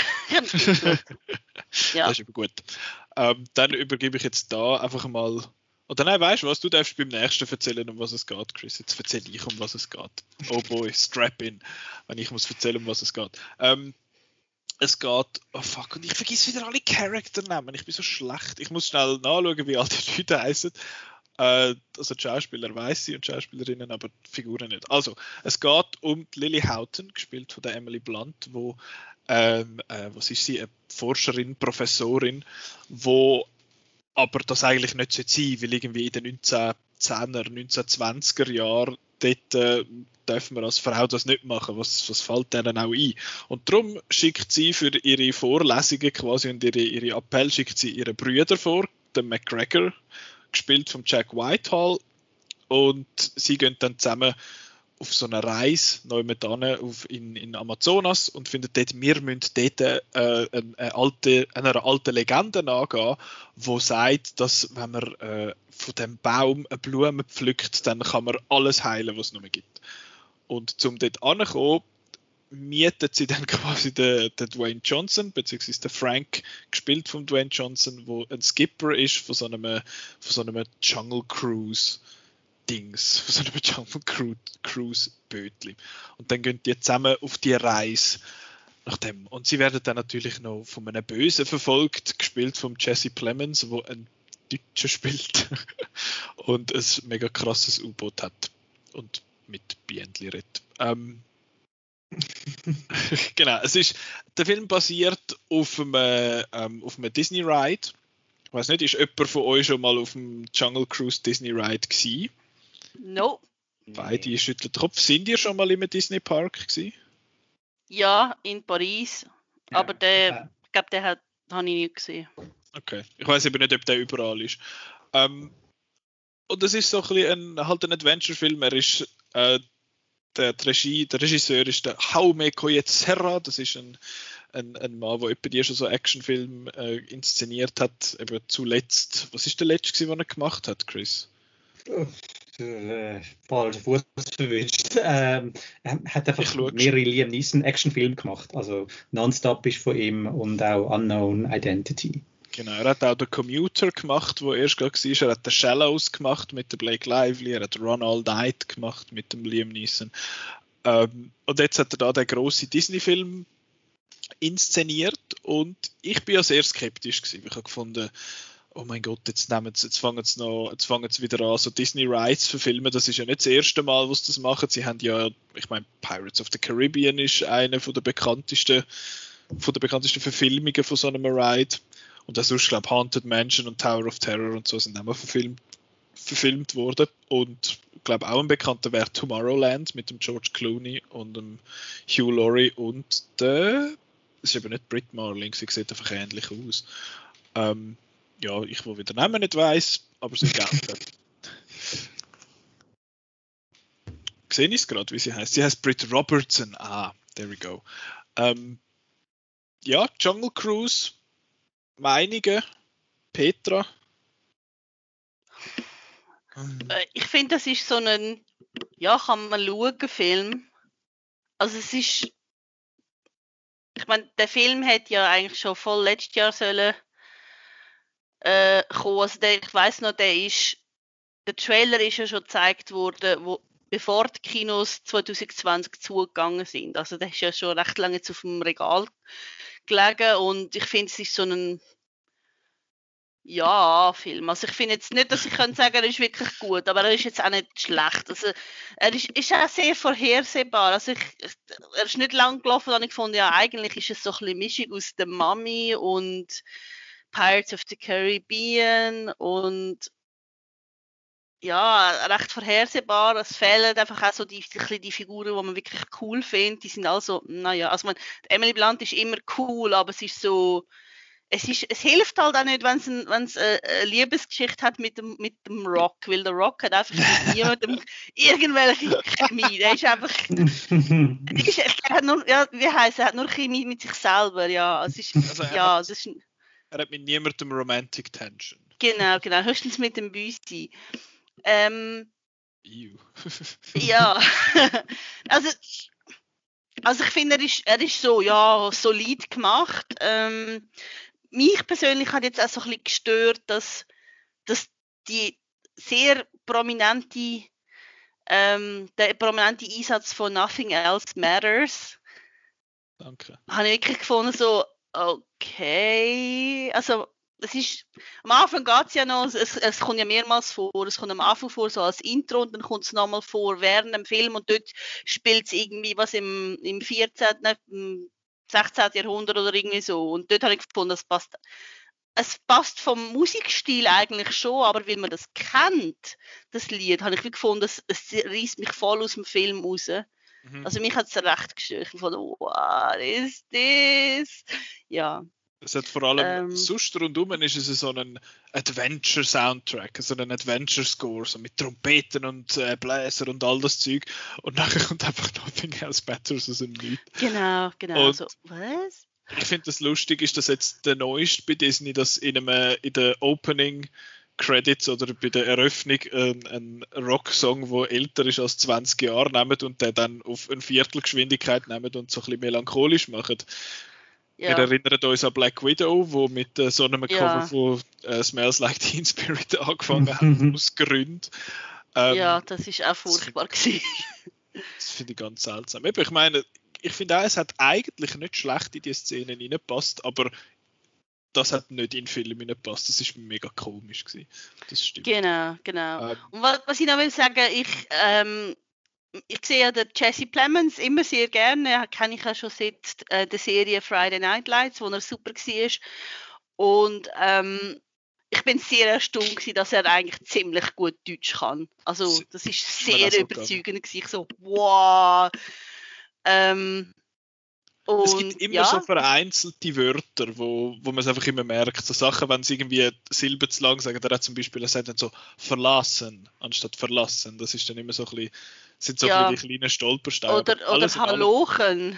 Ja. Das ist aber gut. Ähm, dann übergebe ich jetzt da einfach mal. Oder nein, weißt du was? Du darfst beim nächsten erzählen, um was es geht, Chris. Jetzt erzähle ich, um was es geht. Oh boy, strap in, wenn ich muss erzählen, um was es geht. Ähm, es geht. Oh fuck, und ich vergesse wieder alle Charakternamen. Ich bin so schlecht. Ich muss schnell nachschauen, wie all die Leute heißen. Äh, also die Schauspieler weiss ich und die Schauspielerinnen, aber die Figuren nicht. Also, es geht um Lily Houghton, gespielt von der Emily Blunt, wo ähm, äh, was ist sie, eine Forscherin, Professorin, wo aber das eigentlich nicht sein sollte, weil irgendwie in den neunzehnzehner, neunzehnhundertzwanziger Jahren dort äh, dürfen wir als Frau das nicht machen, was, was fällt denen auch ein. Und darum schickt sie für ihre Vorlesungen quasi und ihre, ihre Appell schickt sie ihre Brüder vor, den McGregor, gespielt von Jack Whitehall, und sie gehen dann zusammen auf so eine Reise neu mit auf in, in Amazonas und finden dort, wir müssen dort äh, eine, eine alte, einer alten Legende nachgehen, die sagt, dass wenn man äh, von dem Baum eine Blume pflückt, dann kann man alles heilen, was es noch mehr gibt. Und zum dort anzukommen, mietet sie dann quasi den, den Dwayne Johnson, beziehungsweise den Frank, gespielt von Dwayne Johnson, wo ein Skipper ist von so einem, von so einem Jungle Cruise Dings, von so einem Jungle Cruise Bötli. Und dann gehen die zusammen auf die Reise nach dem. Und sie werden dann natürlich noch von einem Bösen verfolgt, gespielt von Jesse Plemons, wo ein Deutscher spielt und ein mega krasses U-Boot hat und mit Bientli redet. Ähm, genau, es ist, der Film basiert auf einem, ähm, auf einem Disney Ride. Ich weiß nicht, ist jemand von euch schon mal auf dem Jungle Cruise Disney Ride gewesen? No. Beide schütteln den Kopf. Sind ihr schon mal im Disney Park gewesen? Ja, in Paris. Ja. Aber der, Ja. ich glaube, den habe ich nicht gesehen. Okay, ich weiß aber nicht, ob der überall ist. Ähm, und es ist so ein bisschen ein, halt ein Adventure-Film. Er ist äh, der, die Regie, der Regisseur ist der Jaume Collet-Serra. Das ist ein, ein, ein Mann, der etwa die schon so Actionfilm äh, inszeniert hat. Eben zuletzt, was ist der letzte, den er gemacht hat, Chris? Äh, falsch Fuß verwischt. Ähm, er hat einfach Ich mehrere Liam Neeson Actionfilme gemacht. Also Nonstop ist von ihm und auch Unknown Identity. Genau, er hat auch den Commuter gemacht, wo er erst gerade war. Er hat den Shallows gemacht mit dem Blake Lively, er hat Run All Night gemacht mit dem Liam Neeson. Ähm, und jetzt hat er da den grossen Disney-Film inszeniert und ich bin ja sehr skeptisch gewesen. Ich habe gefunden, oh mein Gott, jetzt, nehmen sie, jetzt fangen sie noch, jetzt fangen sie wieder an, so Disney Rides zu verfilmen. Das ist ja nicht das erste Mal, was sie das machen. Sie haben ja, ich meine, Pirates of the Caribbean ist eine von der bekanntesten, von der bekanntesten Verfilmungen von so einem Ride. Und auch sonst, glaube ich, Haunted Mansion und Tower of Terror und so sind auch mal verfilmt, verfilmt worden. Und ich glaube, auch ein bekannter wäre Tomorrowland mit dem George Clooney und dem Hugh Laurie und der, es ist eben nicht Brit Marling, sie sieht einfach ähnlich aus. Ähm, ja, ich wo wieder den Namen nicht weiss, aber sie gelten. Sehe ich es gerade, wie sie heißt? Sie heißt Britt Robertson. Ah, there we go. Ähm, ja, Jungle Cruise. Meinungen, Petra? Äh, Ich finde, das ist so ein, ja, kann man schauen, Film. Also es ist, ich meine, der Film hätte ja eigentlich schon voll letztes Jahr sollen äh, kommen. Also der, ich weiss noch, der ist, der Trailer ist ja schon gezeigt worden, wo, bevor die Kinos zwanzig zwanzig zugegangen sind. Also der ist ja schon recht lange jetzt auf dem Regal gelegen und ich finde, es ist so ein ja, Film. Also ich finde jetzt nicht, dass ich kann sagen, er ist wirklich gut, aber er ist jetzt auch nicht schlecht. Also er ist, ist auch sehr vorhersehbar. Also ich, er ist nicht lang gelaufen, dann habe ich gefunden, ja eigentlich ist es so ein bisschen Mischung aus der Mummy und Pirates of the Caribbean und ja, recht vorhersehbar. Es fehlen einfach auch so die, die, die Figuren, die man wirklich cool findet. Die sind also, naja, also man, Emily Blunt ist immer cool, aber es ist so Es, ist, es hilft halt auch nicht, wenn es ein, eine, eine Liebesgeschichte hat mit dem, mit dem Rock, weil der Rock hat einfach mit niemandem irgendwelche Chemie. Der ist einfach. Der ist, er hat nur, ja, wie heisst er? hat nur Chemie mit sich selber. Ja, es ist, Also er, ja, hat, das ist, er hat mit niemandem Romantic Tension. Genau, genau. Höchstens mit dem Büsti. Ähm, Ew. ja. Also. Also ich finde, er ist, er ist so, ja, solid gemacht. Ähm, mich persönlich hat jetzt auch so ein bisschen gestört, dass, dass die sehr prominente, ähm, der prominente Einsatz von Nothing Else Matters, Danke. habe ich wirklich gefunden, so, okay, also es ist, am Anfang geht es ja noch, es, es kommt ja mehrmals vor, es kommt am Anfang vor, so als Intro und dann kommt es nochmal vor während dem Film und dort spielt es irgendwie was im, im vierzehnten., im sechzehnten. Jahrhundert oder irgendwie so und dort habe ich gefunden, es passt, es passt vom Musikstil eigentlich schon, aber weil man das kennt, das Lied, habe ich wie gefunden, es, es reißt mich voll aus dem Film raus. Mhm. Also mich hat es recht gestört. Ich fand, what is this? Ja. Es hat vor allem, Ähm. sonst rundum ist es so ein Adventure-Soundtrack, so ein Adventure-Score, so mit Trompeten und äh, Bläser und all das Zeug. Und nachher kommt einfach Nothing Else Matters aus dem Nichts. Genau, genau. Und so, was? Ich finde das lustig, ist das jetzt der neueste bei Disney, dass in, einem, in der Opening Credits oder bei der Eröffnung ein, ein Rocksong, der älter ist als zwanzig Jahre, nehmen und den dann auf eine Viertelgeschwindigkeit nehmen und so ein bisschen melancholisch machen. Ja. Wir erinnern uns an Black Widow, wo mit äh, so einem Ja. Cover von äh, Smells Like Teen Spirit angefangen hat, aus Gründen. Ähm, ja, das ist auch furchtbar gewesen. Das finde ich ganz seltsam. Eben, ich meine, ich finde auch, es hat eigentlich nicht schlecht in die Szenen reingepasst, aber das hat nicht in den Film reingepasst. Das war mega komisch gewesen. Das stimmt. Genau, genau. Ähm, Und was, was ich noch will sagen, ich, ähm, ich sehe ja den Jesse Plemons immer sehr gerne. Kenne ich ja schon seit äh, der Serie Friday Night Lights, wo er super war. Und ähm, ich bin sehr erstaunt gewesen, dass er eigentlich ziemlich gut Deutsch kann. Also das ist Ist mir sehr auch so überzeugend gewesen. Ich so, wow. Ähm, und, es gibt immer ja. so vereinzelte Wörter, wo, wo man es einfach immer merkt. So Sachen, wenn sie irgendwie Silben zu lang sagen, der hat zum Beispiel, er sagt dann so verlassen anstatt verlassen. Das ist dann immer so ein bisschen, sind so Ja. ein bisschen die kleinen Stolpersteine. Oder, aber oder alles in allem- Hallochen.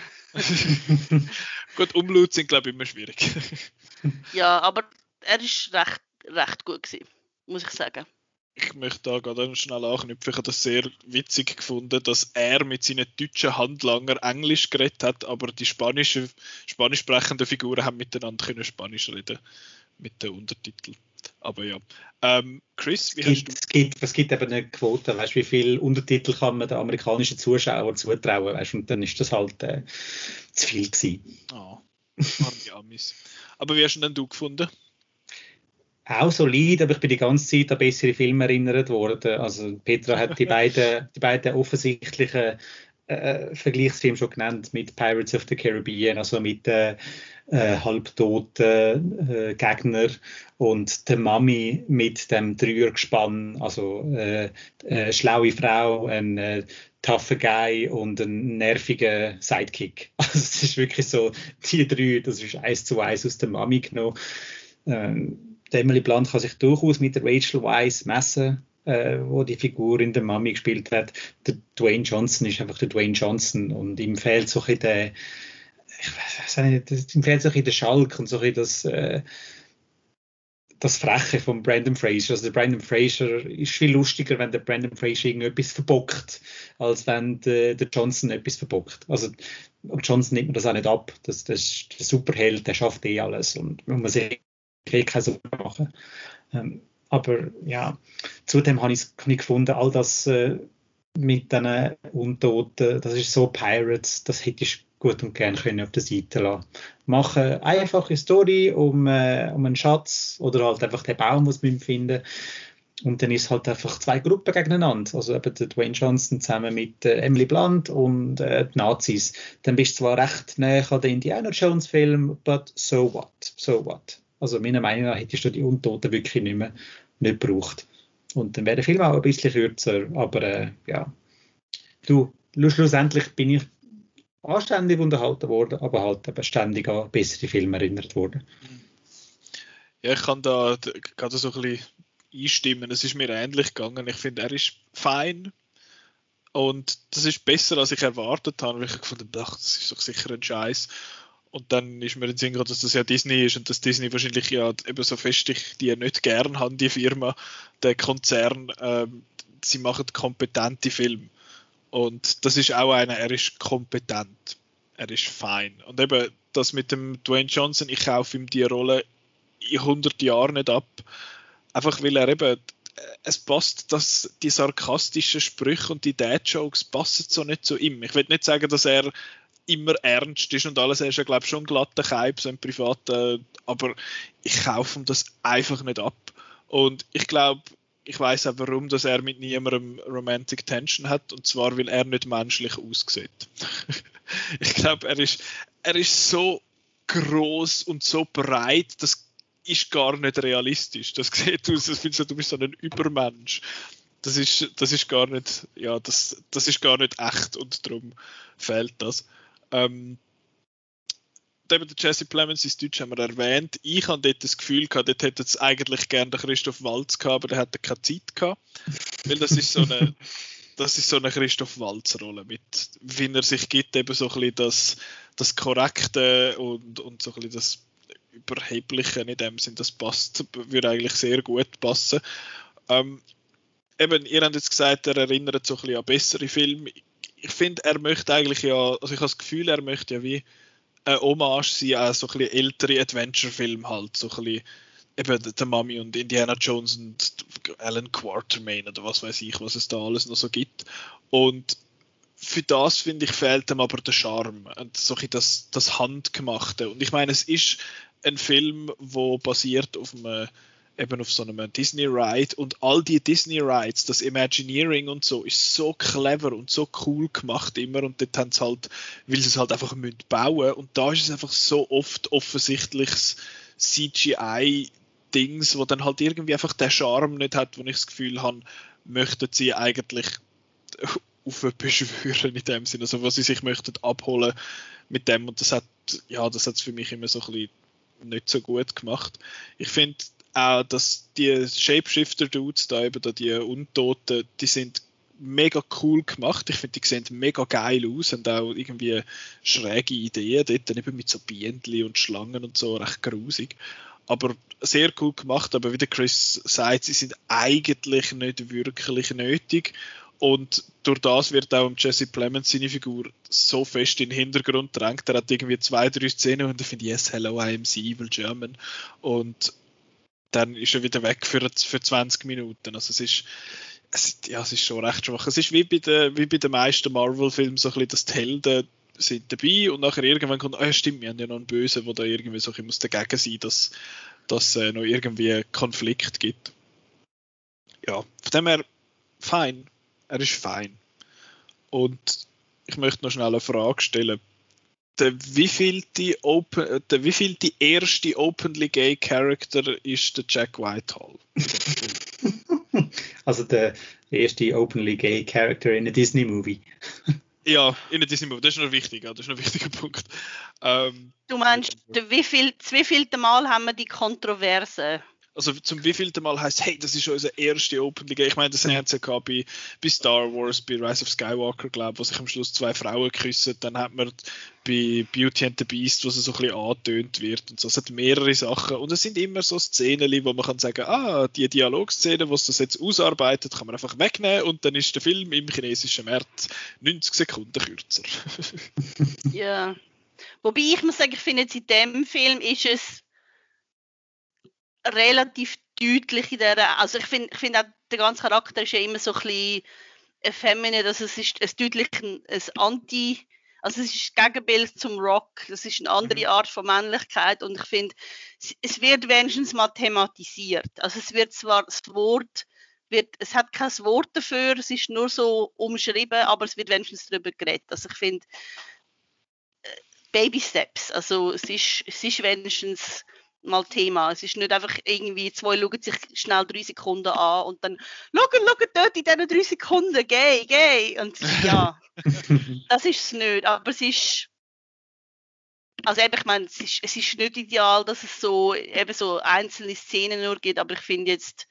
Gut, Umlaut sind, glaube ich, immer schwierig. Ja, aber er ist recht, recht gut gewesen, muss ich sagen. Ich möchte da gerade schnell anknüpfen. Ich habe das sehr witzig gefunden, dass er mit seinen deutschen Handlanger Englisch geredet hat, aber die spanische, spanisch sprechenden Figuren haben miteinander können Spanisch reden mit den Untertiteln. Aber ja. Ähm, Chris, wie Es hast gibt, du... es, gibt, es gibt eben eine Quote, weißt, wie viele Untertitel kann man den amerikanischen Zuschauern zutrauen, weißt, und dann ist das halt äh, zu viel gewesen. Oh, arme Amis. Aber wie hast du denn du gefunden? Auch solid, aber ich bin die ganze Zeit an bessere Filme erinnert worden. Also Petra hat die beiden, die beiden offensichtlichen äh, Vergleichsfilme schon genannt mit Pirates of the Caribbean, also mit äh, äh, halbtoten äh, Gegner und der Mami mit dem Dreiergespann, also äh, äh, schlaue Frau, ein äh, tougher Guy und ein nerviger Sidekick. Also es ist wirklich so, die drei, das ist eins zu eins aus der Mami genommen. Ähm, Emily Blunt kann sich durchaus mit der Rachel Weisz messen, äh, wo die Figur in der Mami gespielt hat. Der Dwayne Johnson ist einfach der Dwayne Johnson und ihm fehlt so ein bisschen der, ich weiß nicht, ihm fehlt so ein bisschen der Schalk und so ein bisschen das, äh, das Freche von Brendan Fraser. Also der Brendan Fraser ist viel lustiger, wenn der Brendan Fraser irgendetwas verbockt, als wenn der, der Johnson etwas verbockt. Also Johnson nimmt man das auch nicht ab. Das, das ist der Superheld, der schafft eh alles und man muss sich eh keine Sorgen machen. Ähm, aber ja, zudem habe ich, hab ich gefunden, all das äh, mit diesen Untoten, das ist so Pirates, das hätte ich gut und gern können auf der Seite lassen. Machen eine einfache Story um, äh, um einen Schatz oder halt einfach den Baum, den man finden. Und dann ist halt einfach zwei Gruppen gegeneinander. Also eben der Dwayne Johnson zusammen mit äh, Emily Blunt und äh, die Nazis. Dann bist du zwar recht näher an den Indiana Jones Film, but so what? So what? Also meiner Meinung nach hättest du die Untoten wirklich nicht mehr nicht gebraucht. Und dann wäre der Film auch ein bisschen kürzer, aber äh, ja. Du, schlussendlich bin ich anständig unterhalten worden, aber halt eben ständig an bessere Filme erinnert worden. Ja, ich kann da gerade so ein bisschen einstimmen. Es ist mir ähnlich gegangen. Ich finde, er ist fein und das ist besser, als ich erwartet habe, weil ich gefunden habe, das ist doch sicher ein Scheiß. Und dann ist mir in den Sinn gekommen, dass das ja Disney ist und dass Disney wahrscheinlich ja eben so fest ich die nicht gern haben, die Firma, der Konzern, ähm, sie machen kompetente Filme. Und das ist auch einer, er ist kompetent. er ist fein. Und eben das mit dem Dwayne Johnson, ich kaufe ihm die Rolle in hundert Jahren nicht ab. Einfach weil er eben, es passt, dass die sarkastischen Sprüche und die Dad-Jokes passen so nicht zu ihm. Ich will nicht sagen, dass er immer ernst ist und alles. Er ist ja, glaube ich, schon ein glatter Keib, so ein privater, aber ich kaufe ihm das einfach nicht ab. Und ich glaube, ich weiß auch, warum dass er mit niemandem Romantic Tension hat, und zwar, weil er nicht menschlich aussieht. Ich glaube, er ist, er ist so groß und so breit, das ist gar nicht realistisch. Das sieht aus, als findest du, du bist so ein Übermensch. Das ist, das ist gar nicht, ja, das, das ist gar nicht echt, und darum fehlt das. Ähm, eben der Jesse Plemons ins Deutsch haben wir erwähnt. Ich habe dort das Gefühl gehabt, dort hätte es eigentlich gerne den Christoph Waltz gehabt, aber der hatte keine Zeit gehabt. Weil das ist so eine, das ist so eine Christoph Waltz-Rolle, mit, wie er sich gibt, eben so ein bisschen das, das Korrekte und, und so ein bisschen das Überhebliche in dem Sinn, das passt, würde eigentlich sehr gut passen. Ähm, eben, ihr habt jetzt gesagt, er erinnert so ein bisschen an bessere Filme. Ich finde, er möchte eigentlich ja, also ich habe das Gefühl, er möchte ja wie eine Hommage sein an so ein bisschen ältere Adventure-Filme halt, so ein bisschen eben der Mummy und Indiana Jones und Alan Quatermain oder was weiß ich, was es da alles noch so gibt. Und für das, finde ich, fehlt ihm aber der Charme und so ein bisschen das, das Handgemachte. Und ich meine, es ist ein Film, der basiert auf einem, eben auf so einem Disney-Ride, und all die Disney-Rides, das Imagineering und so, ist so clever und so cool gemacht immer, und dort haben sie halt, weil sie es halt einfach müssen bauen, und da ist es einfach so oft offensichtliches C G I-Dings, wo dann halt irgendwie einfach den Charme nicht hat, wo ich das Gefühl habe, möchten sie eigentlich aufbeschwören in dem Sinne, also was sie sich möchten abholen mit dem, und das hat, ja, das hat es für mich immer so ein bisschen nicht so gut gemacht. Ich finde auch, dass die Shapeshifter-Dudes da eben, da die Untoten, die sind mega cool gemacht. Ich finde, die sehen mega geil aus und auch irgendwie schräge Ideen dort, dann eben mit so Bienen und Schlangen und so, recht grusig. Aber sehr cool gemacht, aber wie der Chris sagt, sie sind eigentlich nicht wirklich nötig. Und durch das wird auch Jesse Plemons seine Figur so fest in den Hintergrund gedrängt. Er hat irgendwie zwei, drei Szenen und er findet, yes, hello, I am the evil German. Und dann ist er wieder weg für, für zwanzig Minuten. Also es ist, es, ja, es ist schon recht schwach. Es ist wie bei, der, wie bei den meisten Marvel-Filmen so ein bisschen, dass die Helden sind dabei und nachher irgendwann kommt, ah ja stimmt, wir haben ja noch einen Bösen, der da irgendwie so ein muss dagegen sein, dass es äh, noch irgendwie Konflikt gibt. Ja, von dem her, fein. Er ist fein. Und ich möchte noch schnell eine Frage stellen. Der wievielte, Open, der wievielte erste openly gay Character ist der Jack Whitehall? Also der erste openly gay Character in a Disney Movie. Ja, in a Disney Movie. Das ist noch wichtig. Ja, das ist noch ein wichtiger Punkt. Ähm, du meinst, wie viel, wie vielte Mal haben wir die Kontroverse? Also zum wievielten Mal heisst, hey, das ist unser erste Open League. Ich meine, das haben sie gehabt bei, bei Star Wars, bei Rise of Skywalker, glaube ich, wo sich am Schluss zwei Frauen küssen. Dann hat man bei Beauty and the Beast, wo es so ein bisschen angetönt wird und so. Es hat mehrere Sachen. Und es sind immer so Szenen, wo man kann sagen, ah, die Dialogszene, wo es das jetzt ausarbeitet, kann man einfach wegnehmen und dann ist der Film im chinesischen Markt neunzig Sekunden kürzer. Ja. Wobei ich muss sagen, ich finde jetzt in dem Film ist es relativ deutlich in der, also ich finde ich find auch, der ganze Charakter ist ja immer so ein bisschen effeminate, also es ist ein deutlich ein, ein Anti, also es ist das Gegenbild zum Rock, das ist eine andere mhm. Art von Männlichkeit und ich finde, es wird wenigstens mal thematisiert, also es wird zwar das Wort, wird, es hat kein Wort dafür, es ist nur so umschrieben, aber es wird wenigstens darüber geredet, also ich finde Baby Steps, also es ist, es ist wenigstens mal Thema. Es ist nicht einfach irgendwie, zwei schauen sich schnell drei Sekunden an und dann schauen, schauen dort in diesen drei Sekunden, gay, gay. Und ja, das ist es nicht. Aber es ist, also eben, ich meine, es ist, es ist nicht ideal, dass es so, eben so einzelne Szenen nur gibt, aber ich finde jetzt,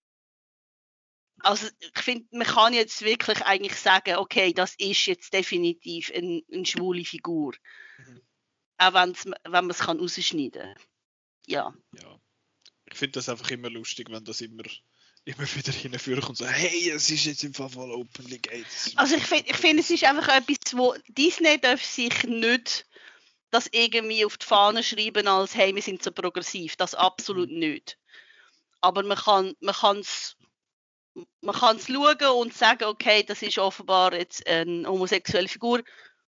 also ich finde, man kann jetzt wirklich eigentlich sagen, okay, das ist jetzt definitiv eine, eine schwule Figur. Mhm. Auch wenn's, wenn man es rausschneiden kann. Ja. ja. Ich finde das einfach immer lustig, wenn das immer immer wieder hinführen und so, hey, es ist jetzt im Fall voll Openly Gay. Also ich finde, ich find, es ist einfach etwas, wo Disney darf sich nicht das irgendwie auf die Fahne schreiben als, hey, wir sind so progressiv. Das absolut nicht. Aber man kann man kann's, man kann es schauen und sagen, okay, das ist offenbar jetzt eine homosexuelle Figur.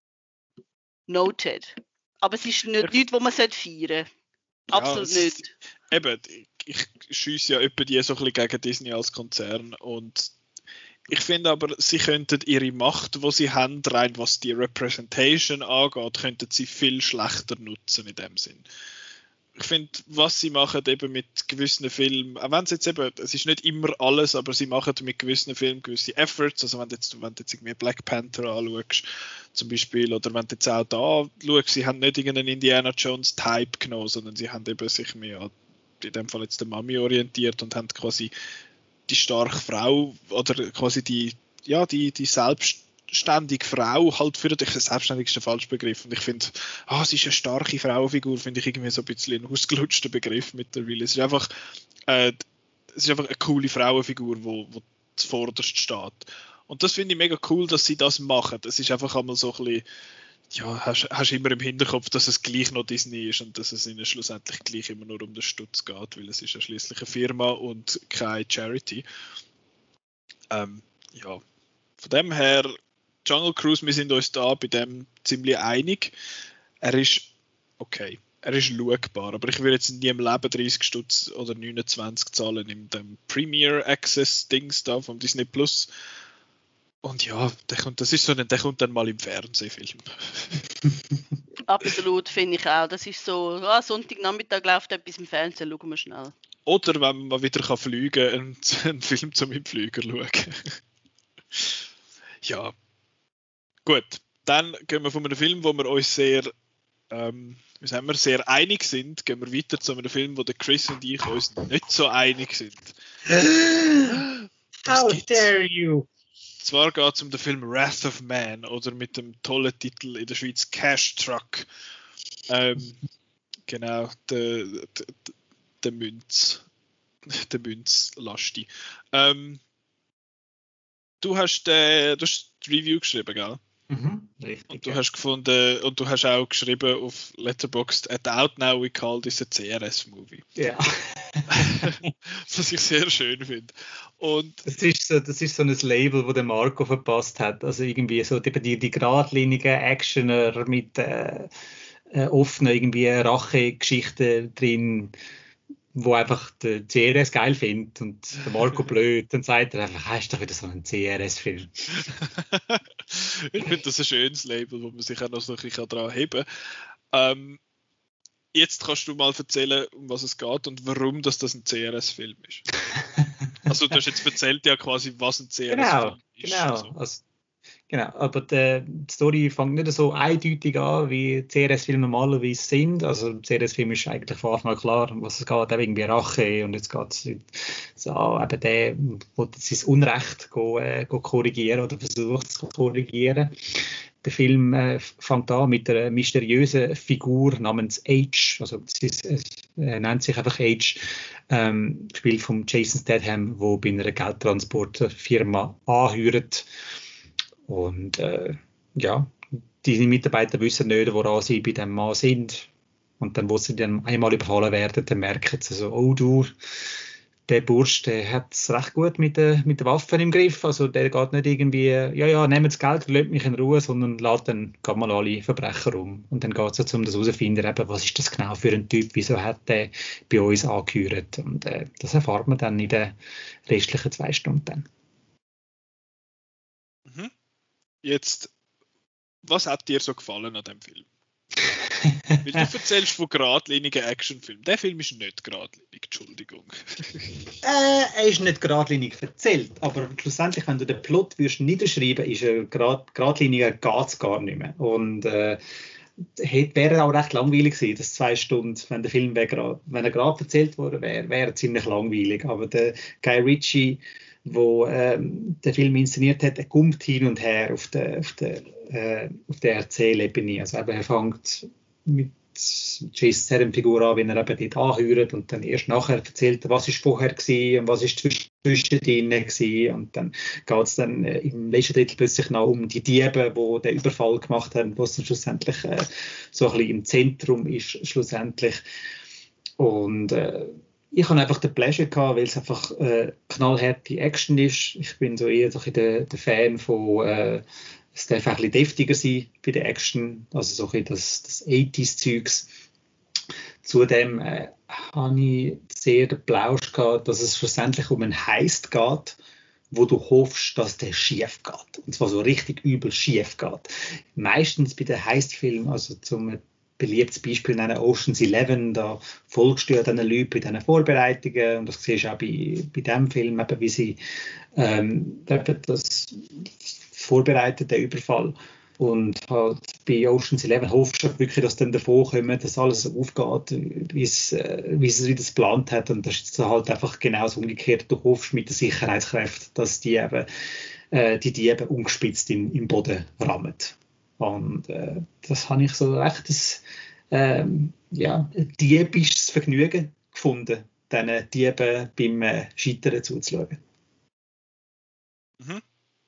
Noted. Aber es ist nicht nichts, was man feiern sollte. Absolut ja, nicht. Ist, eben, ich, ich schiesse ja etwa die so ein bisschen gegen Disney als Konzern und ich finde aber, sie könnten ihre Macht, die sie haben, rein was die Representation angeht, könnten sie viel schlechter nutzen in dem Sinn. Ich finde, was sie machen eben mit gewissen Filmen, auch wenn es jetzt eben, es ist nicht immer alles, aber sie machen mit gewissen Filmen gewisse Efforts, also wenn du jetzt, wenn du jetzt irgendwie Black Panther anschaust, zum Beispiel, oder wenn du jetzt auch da schaust, sie haben nicht irgendeinen Indiana Jones Type genommen, sondern sie haben eben sich mehr an, in dem Fall jetzt der Mami orientiert und haben quasi die starke Frau oder quasi die, ja, die, die selbstständige Frau halt für dich, selbstständig ist der falsche Begriff und ich finde, ah, sie ist eine starke Frauenfigur, finde ich irgendwie so ein bisschen ein ausgelutschter Begriff mittlerweile. Es ist einfach, äh, es ist einfach eine coole Frauenfigur, wo, wo zuvorderst steht. Und das finde ich mega cool, dass sie das machen. Das ist einfach einmal so ein bisschen, ja, hast, hast immer im Hinterkopf, dass es gleich noch Disney ist und dass es ihnen schlussendlich gleich immer nur um den Stutz geht, weil es ist ja schließlich eine Firma und keine Charity. Ähm, ja, von dem her, Jungle Cruise, wir sind uns da bei dem ziemlich einig. Er ist okay, er ist schaubar, aber ich würde jetzt nie im Leben dreißig Stutz oder neunundzwanzig zahlen in dem Premier Access Dings da vom Disney Plus. Und ja, der kommt, das ist so ein, der kommt dann mal im Fernsehfilm. Absolut, finde ich auch. Das ist so, ah, Sonntagnachmittag läuft etwas im Fernsehen, schauen wir schnell. Oder wenn man mal wieder kann fliegen kann, einen, einen Film zum im Flüger schauen. Ja, gut. Dann gehen wir von einem Film, wo wir uns sehr, ähm, wie sagen wir, sehr einig sind, gehen wir weiter zu einem Film, wo der Chris und ich uns nicht so einig sind. How dare you! Zwar geht es um den Film Wrath of Man oder mit dem tollen Titel in der Schweiz Cash Truck. Ähm, genau, der, der, der Münz. Der Münzlasti. Ähm, du hast äh, du hast die Review geschrieben, gell? Mhm, richtig. Und du ja. hast gefunden, und du hast auch geschrieben auf Letterboxd, at out now we call this a C R S-Movie. Ja. Was ich sehr schön finde. Und das, ist so, das ist so ein Label, das der Marco verpasst hat. Also irgendwie so die, die, die geradlinigen Actioner mit äh, äh, offenen irgendwie Rachegeschichten drin, wo einfach der C R S geil findet und der Marco blöd, dann sagt er einfach, hast doch wieder so einen C R S-Film. Ich finde das ein schönes Label, wo man sich auch noch so ein bisschen daran heben kann. Ähm, jetzt kannst du mal erzählen, um was es geht und warum das, das ein C R S-Film ist. Also du hast jetzt erzählt ja quasi, was ein C R S-Film genau, ist. Genau, also. also, genau. Aber die, die Story fängt nicht so eindeutig an, wie C R S-Filme normalerweise sind. Also C R S-Film ist eigentlich von Anfang an klar, um was es geht, auch irgendwie Rache. Und jetzt geht es so, eben der, der sein Unrecht go, äh, go korrigieren oder versucht es zu korrigieren. Der Film äh, fängt an mit einer mysteriösen Figur namens H, also es, ist, es äh, nennt sich einfach H, ähm, gespielt von Jason Statham, der bei einer Geldtransportfirma anheuert. Und äh, ja, die Mitarbeiter wissen nicht, woran sie bei dem Mann sind. Und dann, wo sie dann einmal überfallen werden, dann merken sie so, oh du, der Bursch, der hat es recht gut mit den mit der Waffen im Griff. Also der geht nicht irgendwie, ja, ja, nehmt das Geld, lasst mich in Ruhe, sondern lässt dann gerade mal alle Verbrecher um. Und dann geht es jetzt um das herauszufinden, eben, was ist das genau für ein Typ, wieso hat der bei uns angehört. Und äh, das erfahrt man dann in den restlichen zwei Stunden dann. Mhm. Jetzt, was hat dir so gefallen an dem Film? Weil du erzählst von geradlinigen Actionfilmen. Der Film ist nicht geradlinig, Entschuldigung. äh, er ist nicht geradlinig erzählt, aber schlussendlich, wenn du den Plot würdest niederschreiben, ist er grad, geradliniger geht's gar nicht mehr. Und äh, wäre auch recht langweilig gewesen, das zwei Stunden, wenn der Film wär, wenn er gerade erzählt worden wäre, wäre ziemlich langweilig. Aber der Guy Ritchie, wo ähm, der Film inszeniert hat, er kommt hin und her auf der, auf der, äh, auf der Erzählebene. Also eben, er fängt mit Jason Statham Figur an, wenn er eben dort anhört und dann erst nachher erzählt, was ist vorher gewesen und was ist zwischen zwischendrin gewesen. Und dann geht es dann äh, im letzten Drittel plötzlich noch um die Diebe, die den Überfall gemacht haben, was dann schlussendlich äh, so ein bisschen im Zentrum ist, schlussendlich. Und äh, ich habe einfach den Pleasure gehabt, weil es einfach äh, knallharte Action ist. Ich bin so eher so ein der, der Fan von, äh, es darf ein bisschen deftiger sein bei der Action, also so ein bisschen das, das achtziger-Zeugs. Zudem äh, habe ich sehr den Plausch gehabt, dass es schlussendlich um einen Heist geht, wo du hoffst, dass der schief geht. Und zwar so richtig übel schief geht. Meistens bei den Heistfilmen, also zum beliebtes Beispiel nennen Ocean's Eleven, da folgst du ja diesen Leuten bei diesen Vorbereitungen und das siehst du auch bei, bei diesem Film, eben, wie sie ähm, das vorbereiten, den Überfall. Und halt bei Ocean's Eleven hoffst du wirklich, dass dann davon kommt, dass alles so aufgeht, wie es, äh, wie es wie das geplant hat. Und das ist jetzt halt einfach genau das Umgekehrte. Du hoffst mit den Sicherheitskräften, dass die eben, äh, die Diebe ungespitzt in, im Boden rammen. Und äh, das habe ich so recht ein, äh, ja, diebisches Vergnügen gefunden, diesen Dieben beim äh, Scheitern zuzuschauen. Mhm.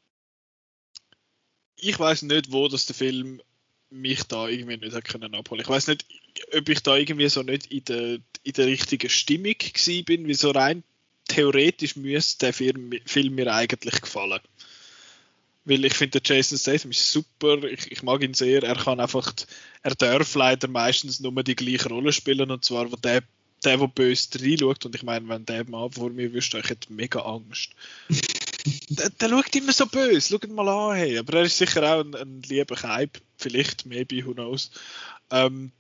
Ich weiß nicht, wo das der Film mich da irgendwie nicht hat können abholen. Ich weiß nicht, ob ich da irgendwie so nicht in der, in der richtigen Stimmung gewesen bin, wie so rein theoretisch müsste der Film, Film mir eigentlich gefallen. Weil ich finde, der Jason Statham ist super, ich, ich mag ihn sehr, er kann einfach, er darf leider meistens nur die gleiche Rolle spielen, und zwar, wo der, der, der böse reinschaut, und ich meine, wenn der Mann vor mir wüsste, ich hätte mega Angst. der, der schaut immer so böse, schaut mal an, hey. Aber er ist sicher auch ein, ein lieber Kaib, vielleicht, maybe, who knows. Ähm,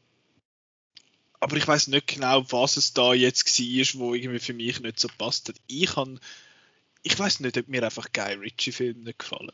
aber ich weiß nicht genau, was es da jetzt war, wo irgendwie für mich nicht so passt hat. Ich habe Ich weiß nicht, ob mir einfach Guy Ritchie-Filme nicht gefallen.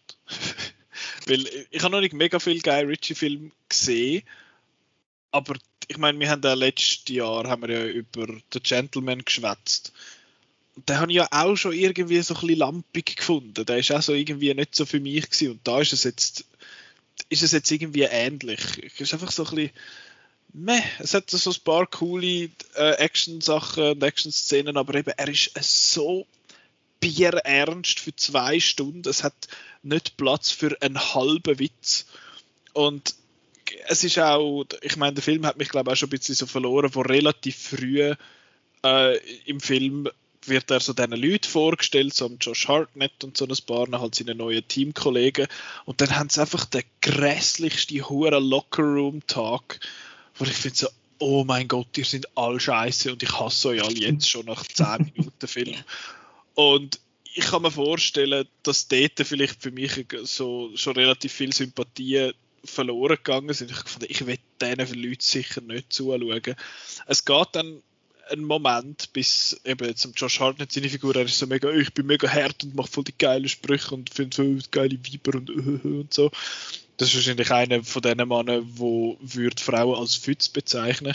Weil ich habe noch nicht mega viele Guy Ritchie-Filme gesehen, aber ich meine, wir haben ja letztes Jahr haben wir ja über The Gentleman geschwätzt. Und den habe ich ja auch schon irgendwie so ein bisschen lampig gefunden. Der ist auch so irgendwie nicht so für mich gewesen. Und da ist es jetzt, ist es jetzt irgendwie ähnlich. Es ist einfach so ein bisschen meh. Es hat so ein paar coole äh, Action-Sachen und Action-Szenen, aber eben, er ist äh, so bierernst für zwei Stunden. Es hat nicht Platz für einen halben Witz. Und es ist auch, ich meine, der Film hat mich, glaube ich, auch schon ein bisschen so verloren, wo relativ früh äh, im Film wird er so diesen Leuten vorgestellt, so Josh Hartnett und so ein paar, halt seine neuen Teamkollegen. Und dann haben sie einfach den grässlichsten huren Lockerroom-Tag, wo ich finde so, oh mein Gott, ihr seid alle scheiße und ich hasse euch alle jetzt schon nach zehn Minuten Film. Und ich kann mir vorstellen, dass dort vielleicht für mich so schon relativ viel Sympathie verloren gegangen sind. Ich fand, ich will diesen Leuten sicher nicht zuschauen. Es geht dann einen Moment, bis eben zum Josh Hartnett seine Figur, er ist so mega, ich bin mega hart und mache voll die geilen Sprüche und finde so geile Weiber und und so. Das ist wahrscheinlich einer von den Männern, wo würde Frauen als Fütz bezeichnen.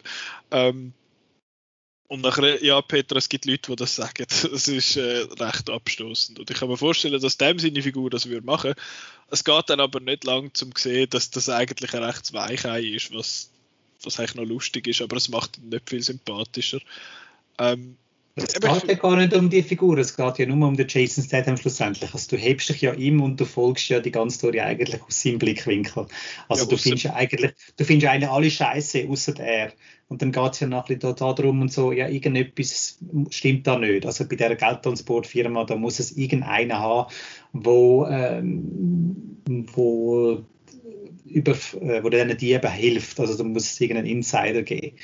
ähm, Und nachher, ja, Peter, es gibt Leute, die das sagen. Das ist äh, recht abstoßend. Und ich kann mir vorstellen, dass dem seine Figur das würde machen. Es geht dann aber nicht lang, um zu sehen, dass das eigentlich ein recht Weichei ist, was, was eigentlich noch lustig ist, aber es macht ihn nicht viel sympathischer. Ähm, es geht ja gar nicht um die Figur, es geht ja nur um den Jason Statham schlussendlich. Also du hebst dich ja ihm und du folgst ja die ganze Story eigentlich aus seinem Blickwinkel. Also ja, du findest ja eigentlich, du findest eigentlich alle Scheiße außer er. Und dann geht es ja noch ein bisschen darum und so, ja, irgendetwas stimmt da nicht. Also bei dieser Geldtransportfirma, da muss es irgendeinen haben, wo, ähm, wo, über, äh, wo diesen Dieben hilft. Also da muss es irgendeinen Insider geben.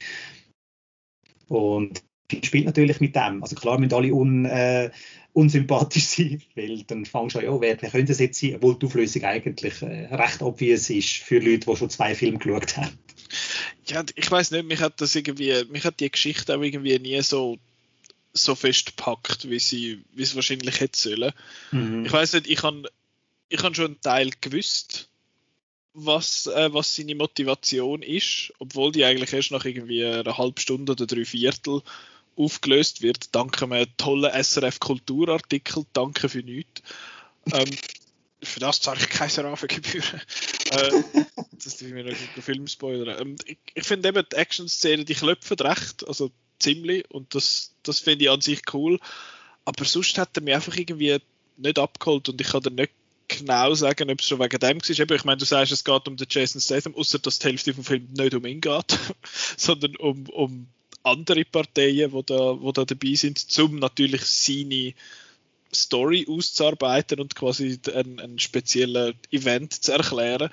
Und spielt natürlich mit dem. Also klar müssen alle un, äh, unsympathisch sein, weil dann fangst du an, ja, wer, wer könnte es jetzt sein, obwohl die Auflösung eigentlich äh, recht obvious ist für Leute, die schon zwei Filme geschaut haben. Ja, ich weiß nicht, mich hat das irgendwie, mich hat die Geschichte auch irgendwie nie so, so fest gepackt, wie sie, wie es wahrscheinlich hätte sollen. Mhm. Ich weiß nicht, ich habe ich hab schon einen Teil gewusst, was, äh, was seine Motivation ist, obwohl die eigentlich erst nach irgendwie einer halben Stunde oder drei Viertel aufgelöst wird, dank einem tollen S R F-Kulturartikel, danke für nichts. Ähm, für das zahle ich keine Strafgebühren. äh, das darf ich mir noch einen Film spoilern. Ähm, ich ich finde eben, die Action-Szenen, die klopfen recht, also ziemlich, und das, das finde ich an sich cool. Aber sonst hat er mich einfach irgendwie nicht abgeholt und ich kann dir nicht genau sagen, ob es schon wegen dem war. Eben, ich meine, du sagst, es geht um den Jason Statham, außer dass die Hälfte vom Film nicht um ihn geht, sondern um, um andere Parteien, die da, wo da dabei sind, um natürlich seine Story auszuarbeiten und quasi ein, ein spezielles Event zu erklären.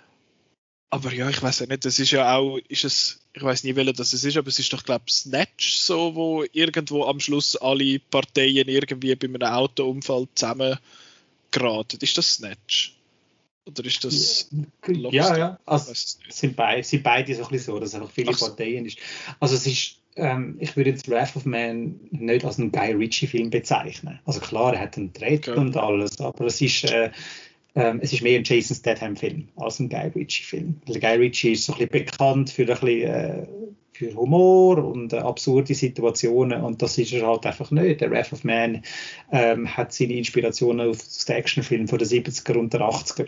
Aber ja, ich weiß ja nicht, das ist ja auch, ist es, ich weiß nie, welcher das es ist, aber es ist doch, glaube ich, Snatch, so, wo irgendwo am Schluss alle Parteien irgendwie bei einem Autounfall zusammen geraten. Ist das Snatch? Oder ist das ja, ja, ja. Also, es sind, beid, sind beide so ein bisschen so, dass es einfach viele so. Parteien ist. Also es ist, ähm, ich würde jetzt Wrath of Man nicht als einen Guy Ritchie-Film bezeichnen. Also klar, er hat einen Dreht okay. und alles, aber es ist, äh, ähm, es ist mehr ein Jason Statham-Film als ein Guy Ritchie-Film. Also Guy Ritchie ist so ein bisschen bekannt für ein bisschen, äh, für Humor und äh, absurde Situationen und das ist er halt einfach nicht. Der Wrath of Man ähm, hat seine Inspirationen aus den Actionfilmen von den siebziger und der achtziger.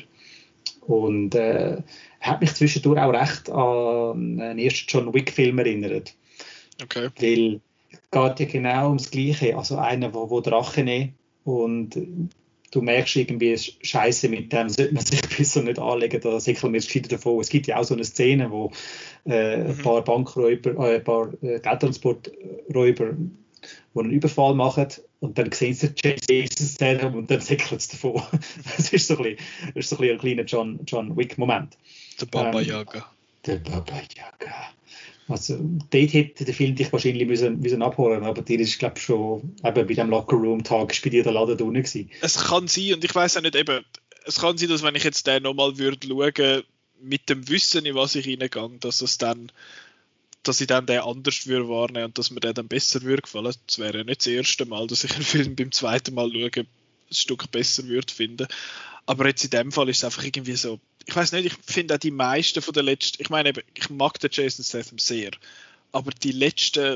Und äh, hat mich zwischendurch auch recht an den ersten John Wick-Film erinnert. Okay. Weil es geht ja genau ums Gleiche. Also einer, wo, wo Drachen ist und du merkst irgendwie, Scheiße, mit dem sollte man sich besser nicht anlegen, da säckeln wir jetzt gescheiter davon. Es gibt ja auch so eine Szene, wo äh, mhm. ein paar Bankräuber, äh, ein paar äh, Geldtransporträuber, die einen Überfall machen und dann sehen sie Jason und dann säckeln sie davon. Das ist so ein, bisschen, das ist so ein, bisschen ein kleiner John, John Wick-Moment. Der Baba Yaga. Ähm, der Baba Yaga. Also, dort hätte der Film dich wahrscheinlich müssen, müssen abholen, aber dir ist, glaube ich, schon eben bei dem Locker-Room-Tag ist bei dir der Laden da gewesen. Es kann sein, und ich weiss auch nicht, eben, es kann sein, dass wenn ich jetzt den nochmal würde schauen, mit dem Wissen, in was ich reingehe, dass es dann, dass ich dann den anders würde wahrnehmen und dass mir der dann besser würde gefallen. Das wäre ja nicht das erste Mal, dass ich einen Film beim zweiten Mal schauen ein Stück besser würde finden. Aber jetzt in dem Fall ist es einfach irgendwie so, ich weiß nicht, ich finde auch die meisten von den letzten, ich meine, ich mag den Jason Statham sehr, aber die letzten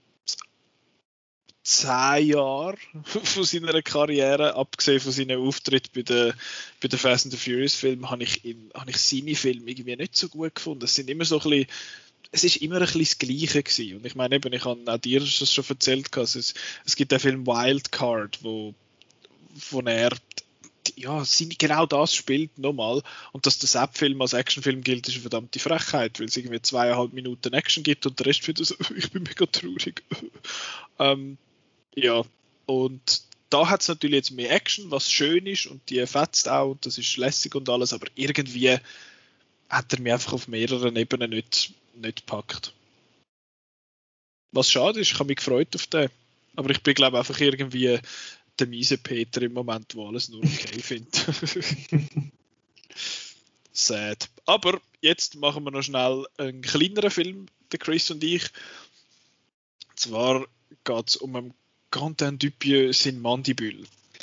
zehn Jahre von seiner Karriere, abgesehen von seinen Auftritten bei den, bei den Fast and the Furious Filmen, habe ich, ihn, habe ich seine Filme irgendwie nicht so gut gefunden. Es sind immer so ein bisschen, es ist immer ein bisschen das Gleiche gewesen. Und ich meine eben, ich habe auch dir das schon erzählt, es, es gibt den Film Wild Card, wo, wo er ja, genau das spielt nochmal. Und dass der Sepp-Film als Actionfilm gilt, ist eine verdammte Frechheit, weil es irgendwie zweieinhalb Minuten Action gibt und der Rest wieder so, ich bin mega traurig. ähm, ja, und da hat es natürlich jetzt mehr Action, was schön ist und die fetzt auch und das ist lässig und alles, aber irgendwie hat er mich einfach auf mehreren Ebenen nicht, nicht gepackt. Was schade ist, ich habe mich gefreut auf den. Aber ich bin, glaube ich, einfach irgendwie der miese Peter im Moment, der alles nur okay findet. Sad. Aber jetzt machen wir noch schnell einen kleineren Film, der Chris und ich. Und zwar geht es um einen Quentin Dupieux sin Mandibule.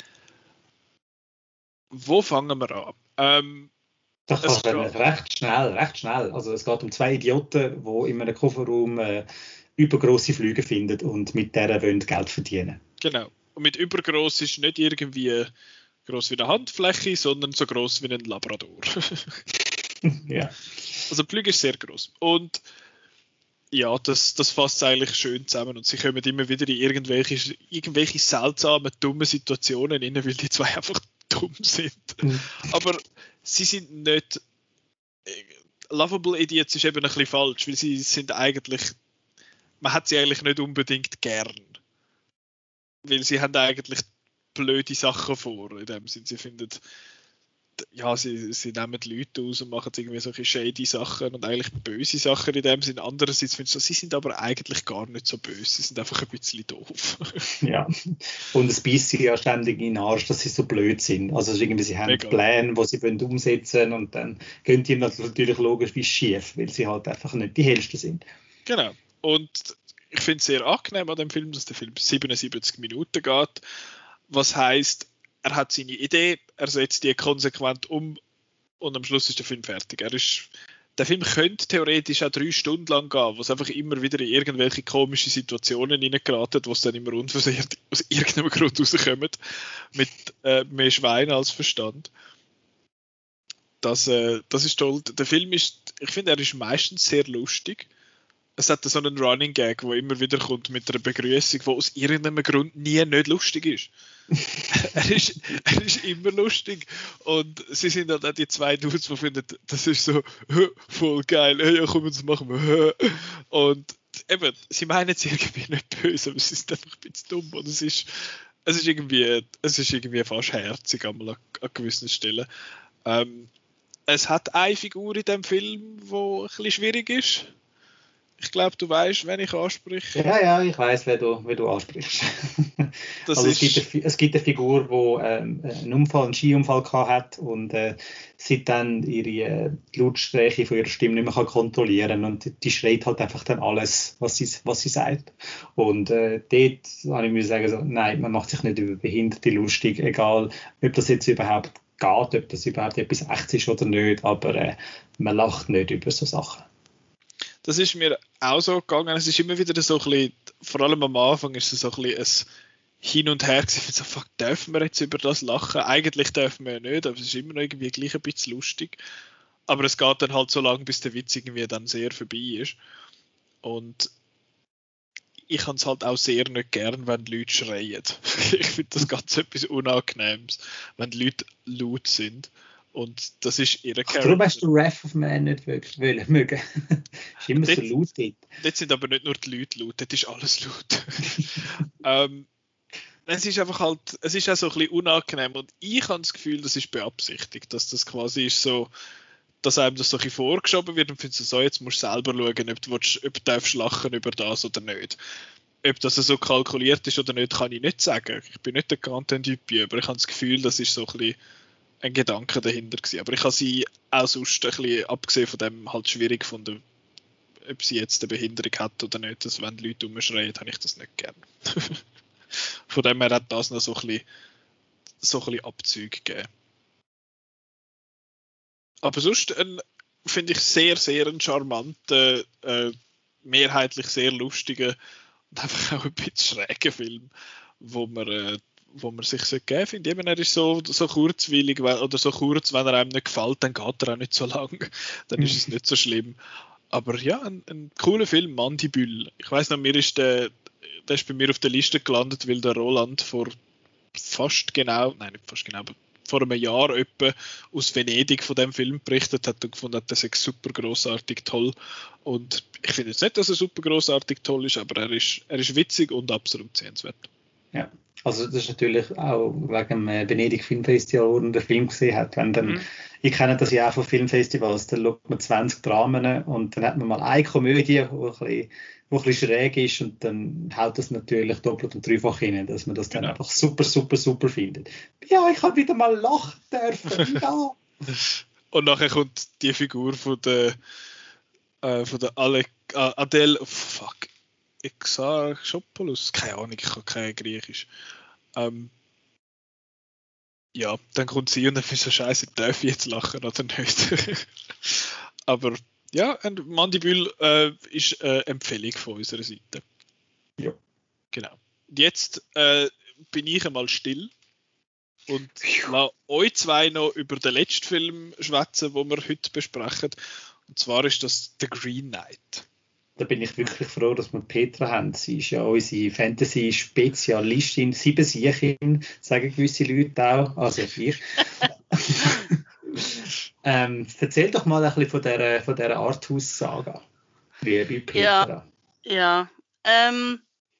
Wo fangen wir an? Ähm, das geht recht schnell, recht schnell. Also es geht um zwei Idioten, die in einem Kofferraum äh, übergrosse Flüge finden und mit denen wollen Geld verdienen. Genau. Und mit übergross ist nicht irgendwie gross wie eine Handfläche, sondern so gross wie ein Labrador. Ja. Also die Flüge ist sehr gross. Und ja, das, das fasst eigentlich schön zusammen. Und sie kommen immer wieder in irgendwelche, irgendwelche seltsamen, dummen Situationen rein, weil die zwei einfach dumm sind. Mhm. Aber sie sind nicht... Lovable Idiots ist eben ein bisschen falsch, weil sie sind eigentlich... Man hat sie eigentlich nicht unbedingt gern. Weil sie haben eigentlich blöde Sachen vor, in dem Sinne, sie finden, ja, sie, sie nehmen die Leute aus und machen irgendwie solche shady Sachen und eigentlich böse Sachen in dem Sinne. Andererseits finde ich so, sie sind aber eigentlich gar nicht so böse, sie sind einfach ein bisschen doof. Ja, und es beißt sie ja ständig in den Arsch, dass sie so blöd sind. Also irgendwie, sie haben Mega. Pläne, die sie wollen umsetzen und dann gehen die natürlich logisch wie schief, weil sie halt einfach nicht die Hellsten sind. Genau, und ich finde es sehr angenehm an dem Film, dass der Film siebenundsiebzig Minuten geht. Was heisst, er hat seine Idee, er setzt die konsequent um und am Schluss ist der Film fertig. Er ist, der Film könnte theoretisch auch drei Stunden lang gehen, wo es einfach immer wieder in irgendwelche komischen Situationen hineingeraten, wo es dann immer unversehrt aus irgendeinem Grund rauskommt, mit äh, mehr Schwein als Verstand. Das, äh, das ist toll. Der Film ist, ich finde, er ist meistens sehr lustig. es hat so einen Running Gag, der immer wieder kommt mit einer Begrüßung, die aus irgendeinem Grund nie nicht lustig ist. er, ist er ist immer lustig. Und sie sind halt auch die zwei Dudes, die finden, das ist so voll geil. Ja, komm, das machen wir. Und eben, sie meinen es irgendwie nicht böse, aber es ist einfach ein bisschen dumm. Und es ist, es ist, irgendwie, es ist irgendwie fast herzig an, an gewissen Stellen. Ähm, es hat eine Figur in dem Film, die ein bisschen schwierig ist. Ich glaube, du weißt, wenn ich anspreche. Ja, ja, ich weiß, wer du, wer du ansprichst. Das also ist... es, gibt eine, es gibt eine Figur, die ähm, einen Unfall, einen Skiunfall gehabt hat und äh, sie dann ihre äh, Lautstärke von ihrer Stimme nicht mehr kann kontrollieren und die schreit halt einfach dann alles, was sie, was sie sagt. Und äh, dort habe ich mir sagen, so, nein, man macht sich nicht über Behinderte lustig, egal, ob das jetzt überhaupt geht, ob das überhaupt etwas echt ist oder nicht, aber äh, man lacht nicht über so Sachen. Das ist mir auch so gegangen. Es ist immer wieder so ein bisschen, vor allem am Anfang ist es so ein bisschen ein Hin und Her gewesen. So, fuck, dürfen wir jetzt über das lachen? Eigentlich dürfen wir ja nicht, aber es ist immer noch irgendwie gleich ein bisschen lustig. Aber es geht dann halt so lange, bis der Witz irgendwie dann sehr vorbei ist. Und ich habe es halt auch sehr nicht gern, wenn die Leute schreien. Ich finde das ganz etwas Unangenehmes, wenn die Leute laut sind. Und das ist ihre Charakter. Darum hast du Wrath of Man nicht wirklich wollen mögen. Ist immer dort, so laut dort. Dort sind aber nicht nur die Leute laut, dort ist alles laut. ähm, es ist einfach halt, es ist auch so ein bisschen unangenehm und ich habe das Gefühl, das ist beabsichtigt, dass das quasi ist so, dass einem das so ein bisschen vorgeschoben wird und findest du so, jetzt musst du selber schauen, ob du, willst, ob du darfst lachen über das oder nicht. Ob das so kalkuliert ist oder nicht, kann ich nicht sagen. Ich bin nicht der Content-Typ, aber ich habe das Gefühl, das ist so ein bisschen ein Gedanke dahinter gewesen. Aber ich habe sie auch sonst ein bisschen, abgesehen von dem, halt schwierig gefunden, ob sie jetzt eine Behinderung hat oder nicht. Dass, wenn die Leute rumschreien, habe ich das nicht gern. Von dem her hat das noch so ein bisschen, so ein bisschen Abzüge gegeben. Aber sonst finde ich sehr, sehr einen charmanten, äh, mehrheitlich sehr lustigen und einfach auch ein bisschen schrägen Film, wo man äh, wo man sich so geben finde. Eben, er ist so, so kurzweilig oder so kurz, wenn er einem nicht gefällt, dann geht er auch nicht so lang. Dann ist es nicht so schlimm. Aber ja, ein, ein cooler Film, Mandibül. Ich weiss noch, mir ist der, der ist bei mir auf der Liste gelandet, weil der Roland vor fast genau, nein, nicht fast genau, aber vor einem Jahr etwa aus Venedig von dem Film berichtet hat und gefunden hat, das ist super grossartig toll. Und ich finde jetzt nicht, dass er super grossartig toll ist, aber er ist, er ist witzig und absolut sehenswert. Ja. Also das ist natürlich auch wegen dem Venedig Filmfestival, wo man den Film gesehen hat. Wenn dann, mhm. Ich kenne das ja auch von Filmfestivals, da schaut man zwanzig Dramen und dann hat man mal eine Komödie, die ein bisschen, wo ein bisschen schräg ist und dann haut das natürlich doppelt und dreifach rein, dass man das dann genau. einfach super, super, super findet. Ja, ich habe wieder mal lachen dürfen. Ja. Und nachher kommt die Figur von der, äh, von der Ale, äh, Adele, oh, fuck. Exarchopoulos, keine Ahnung, ich habe kein Griechisch. Ähm, ja, dann kommt sie und dann ist so scheiße, darf ich jetzt lachen oder nicht? Aber ja, ein Mandibül äh, ist eine Empfehlung von unserer Seite. Ja. Genau. Jetzt äh, bin ich einmal still und lasse euch zwei noch über den letzten Film schwätzen, den wir heute besprechen. Und zwar ist das The Green Knight. Da bin ich wirklich froh, dass wir Petra haben. Sie ist ja unsere Fantasy-Spezialistin, Siebensiecherin, sagen gewisse Leute auch, also ich. ähm, erzähl doch mal ein bisschen von dieser, von dieser Arthouse-Saga, liebe Petra. Ja, ja. Ähm,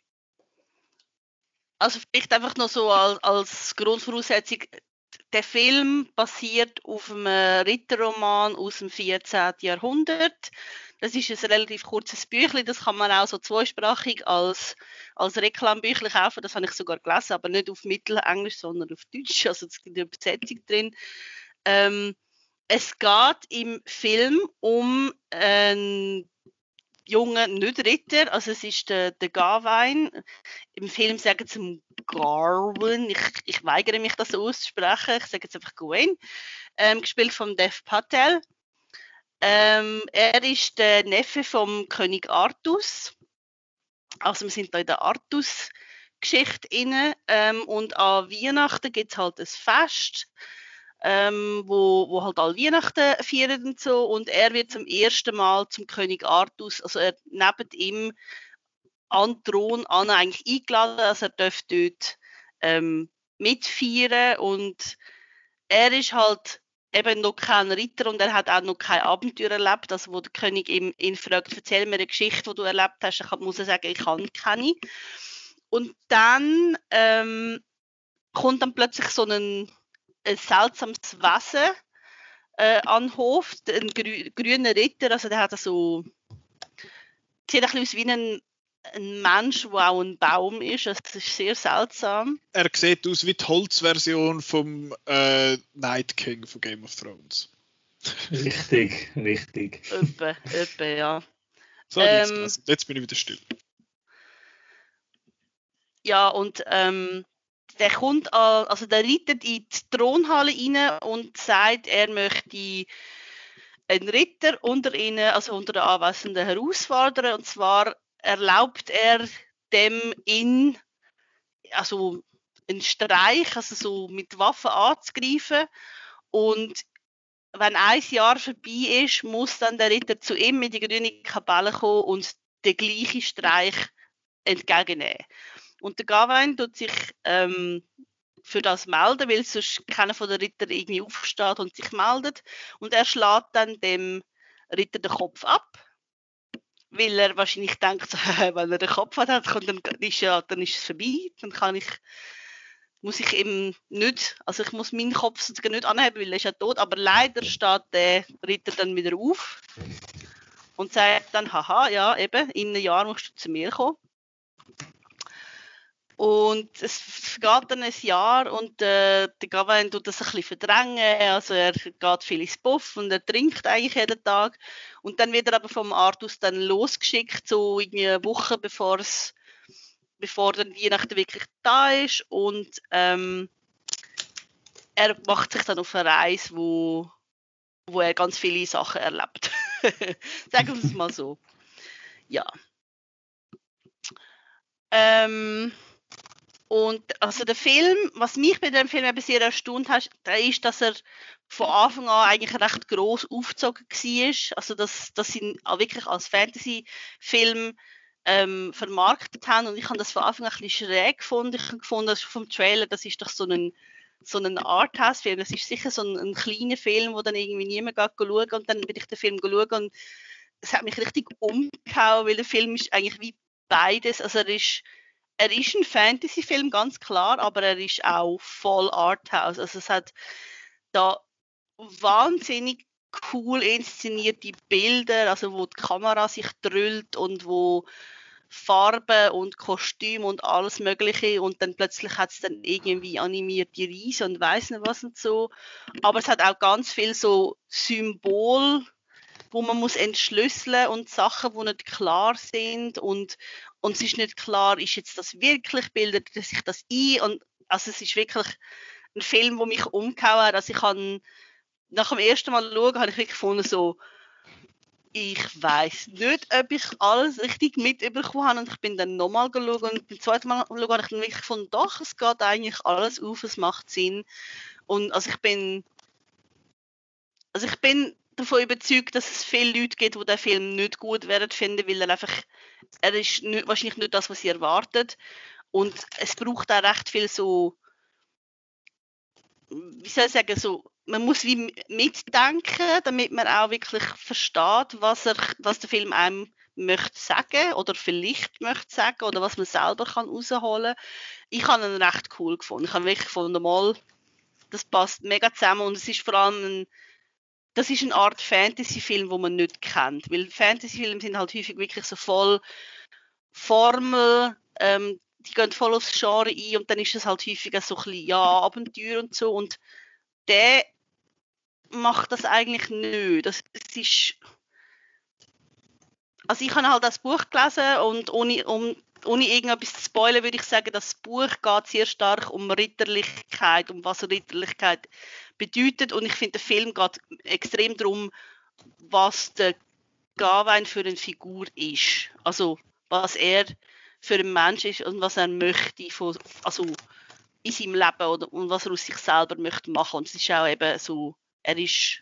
also vielleicht einfach noch so als, als Grundvoraussetzung, der Film basiert auf einem Ritterroman aus dem vierzehnten Jahrhundert. Das ist ein relativ kurzes Büchlein, das kann man auch so zweisprachig als, als Reklambüchlein kaufen. Das habe ich sogar gelesen, aber nicht auf Mittelenglisch, sondern auf Deutsch. Also es gibt eine Übersetzung drin. Ähm, es geht im Film um einen jungen, nicht Ritter, also es ist der, der Gawain. Im Film sagen sie ihm Garwin. Ich, ich weigere mich, das so auszusprechen. Ich sage jetzt einfach Gawain. Ähm, gespielt von Dev Patel. Ähm, er ist der Neffe vom König Artus. Also wir sind da in der Artus-Geschichte inne. Ähm, und an Weihnachten gibt es halt ein Fest. ähm, wo, wo halt alle Weihnachten feiern und so. Und er wird zum ersten Mal zum König Artus, also er neben ihm an den Thron an eigentlich eingeladen, also er darf dort ähm, mitfeiern und er ist halt eben noch kein Ritter und er hat auch noch kein Abenteuer erlebt, also wo der König ihn, ihn fragt, erzähl mir eine Geschichte, die du erlebt hast, ich muss er sagen, ich kann keine. Und dann ähm, kommt dann plötzlich so ein, ein seltsames Wesen äh, an den Hof, ein grü grüner Ritter, also der hat so, sieht ein bisschen aus wie ein, ein Mensch, der auch ein Baum ist, also das ist sehr seltsam. Er sieht aus wie die Holzversion vom äh, Night King von Game of Thrones. Richtig, richtig. Öppe, öppe, ja. So, ähm, jetzt, jetzt bin ich wieder still. Ja, und ähm, der kommt, an, also der reitet in die Thronhalle rein und sagt, er möchte einen Ritter unter ihnen, also unter den Anwesenden herausfordern. Und zwar erlaubt er dem in, also einen Streich, also so mit Waffen anzugreifen. Und wenn ein Jahr vorbei ist, muss dann der Ritter zu ihm mit den grünen Kapellen kommen und den gleichen Streich entgegennehmen. Und der Gawain tut sich ähm, für das melden, weil sonst keiner von den Rittern irgendwie aufsteht und sich meldet. Und er schlägt dann dem Ritter den Kopf ab, weil er wahrscheinlich denkt, so, wenn er den Kopf hat, dann ist, ja, dann ist es vorbei, dann kann ich, muss ich eben nicht, also ich muss meinen Kopf sozusagen nicht anheben, weil er ist ja tot, aber leider steht der Ritter dann wieder auf und sagt dann, haha, ja eben, in einem Jahr musst du zu mir kommen. Und es vergeht dann ein Jahr und äh, der Gawain tut das ein bisschen verdrängen, also er geht viel ins Puff und er trinkt eigentlich jeden Tag und dann wird er aber vom Artus dann losgeschickt, so irgendwie eine Woche bevor es bevor dann Weihnachten wirklich da ist und ähm, er macht sich dann auf eine Reise, wo, wo er ganz viele Sachen erlebt. Sagen wir es mal so. Ja. Ähm, Und also der Film, was mich bei dem Film eben sehr erstaunt hat, ist, dass er von Anfang an eigentlich recht gross aufgezogen war. Also dass, dass sie ihn auch wirklich als Fantasy-Film ähm, vermarktet haben. Und ich habe das von Anfang an ein bisschen schräg gefunden. Ich habe gefunden, dass vom Trailer, das ist doch so ein, so ein Arthouse-Film. Das ist sicher so ein, ein kleiner Film, wo dann irgendwie niemand geht schauen. Und dann bin ich den Film schauen und es hat mich richtig umgehauen, weil der Film ist eigentlich wie beides. Also er ist Er ist ein Fantasy-Film, ganz klar, aber er ist auch voll Arthouse. Also es hat da wahnsinnig cool inszenierte Bilder, also wo die Kamera sich drüllt und wo Farben und Kostüme und alles Mögliche und dann plötzlich hat es dann irgendwie animierte Riesen und weiss nicht was und so. Aber es hat auch ganz viel so Symbol, wo man muss entschlüsseln und Sachen, die nicht klar sind und und es ist nicht klar, ist jetzt das wirklich, bildet sich das ein? Und also es ist wirklich ein Film, der mich umgehauen hat. Also ich habe nach dem ersten Mal schauen, habe ich wirklich gefunden, so, ich weiss nicht, ob ich alles richtig mitbekommen habe. Und ich bin dann nochmal geschaut und beim zweiten Mal schauen, habe ich dann wirklich gefunden, doch, es geht eigentlich alles auf, es macht Sinn. Und also ich bin, also ich bin davon überzeugt, dass es viele Leute gibt, die den Film nicht gut werden finden, weil er einfach, er ist nicht, wahrscheinlich nicht das, was sie erwartet. Und es braucht auch recht viel so, wie soll ich sagen, so, man muss wie mitdenken, damit man auch wirklich versteht, was, er, was der Film einem möchte sagen oder vielleicht möchte sagen oder was man selber kann rausholen kann. Ich habe ihn recht cool gefunden. Ich habe wirklich gefunden, mal, das passt mega zusammen und es ist vor allem ein Das ist eine Art Fantasy-Film, den man nicht kennt. Weil Fantasy-Filme sind halt häufig wirklich so voll Formel, ähm, die gehen voll aufs Genre ein und dann ist es halt häufig so ein bisschen, ja, Abenteuer und so. Und der macht das eigentlich nicht. Das, das ist... Also ich habe halt das Buch gelesen und ohne, um, ohne irgendetwas zu spoilern, würde ich sagen, das Buch geht sehr stark um Ritterlichkeit, um was Ritterlichkeit bedeutet. Und ich finde, der Film geht extrem darum, was der Gawain für eine Figur ist. Also was er für ein Mensch ist und was er möchte. Von, also in seinem Leben oder, und was er aus sich selber möchte machen. Und es ist auch eben so, er ist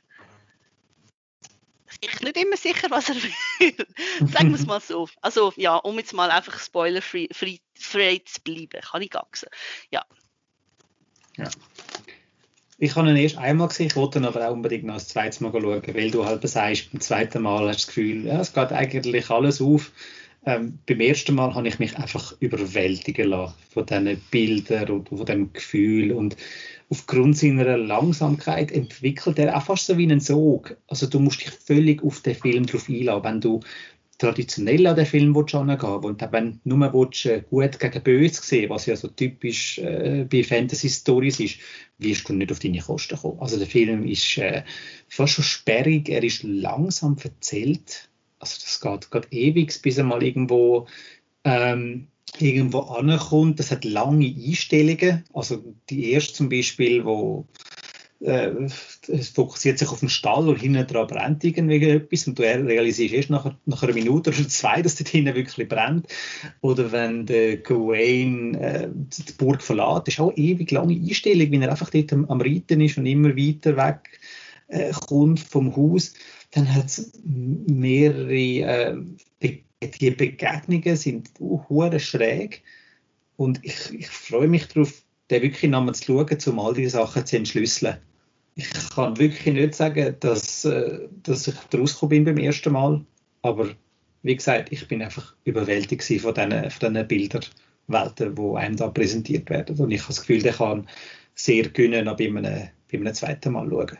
ich bin nicht immer sicher, was er will. Sagen wir es mal so. Also ja, um jetzt mal einfach spoiler-free free, free zu bleiben. Kann ich gar nicht sagen. Ja. Ja. Ich habe ihn erst einmal gesehen, ich wollte ihn aber auch unbedingt noch ein zweites Mal schauen, weil du halt sagst, beim zweiten Mal hast du das Gefühl, ja, es geht eigentlich alles auf. Ähm, beim ersten Mal habe ich mich einfach überwältigen lassen von diesen Bildern und von dem Gefühl, und aufgrund seiner Langsamkeit entwickelt er auch fast so wie einen Sog. Also du musst dich völlig auf den Film drauf einlassen, wenn du traditionell an den Film angehen willst, und wenn du nur willst, äh, gut gegen böse sehen, was ja so typisch äh, bei Fantasy-Stories ist, wirst du nicht auf deine Kosten kommen. Also der Film ist äh, fast schon sperrig, er ist langsam erzählt. Also das geht, geht ewig, bis er mal irgendwo ähm, irgendwo ankommt. Das hat lange Einstellungen. Also die erste zum Beispiel, wo äh, es fokussiert sich auf den Stall und hinten dran brennt irgendwie etwas, und du realisierst erst nach, nach einer Minute oder zwei, dass dort hinten wirklich brennt. Oder wenn der Gawain äh, die Burg verlässt, das ist auch ewig lange Einstellung, wenn er einfach dort am, am Reiten ist und immer weiter weg äh, kommt vom Haus. Dann hat es mehrere, äh, die, die Begegnungen sind hure schräg, und ich, ich freue mich darauf, den wirklich nochmal zu schauen, um all diese Sachen zu entschlüsseln. Ich kann wirklich nicht sagen, dass, äh, dass ich rausgekommen bin beim ersten Mal, aber wie gesagt, ich bin einfach überwältigt von diesen, von diesen Bilderwelten, die einem da präsentiert werden, und ich habe das Gefühl, der kann sehr gönnen, noch bei einem, bei einem zweiten Mal schauen.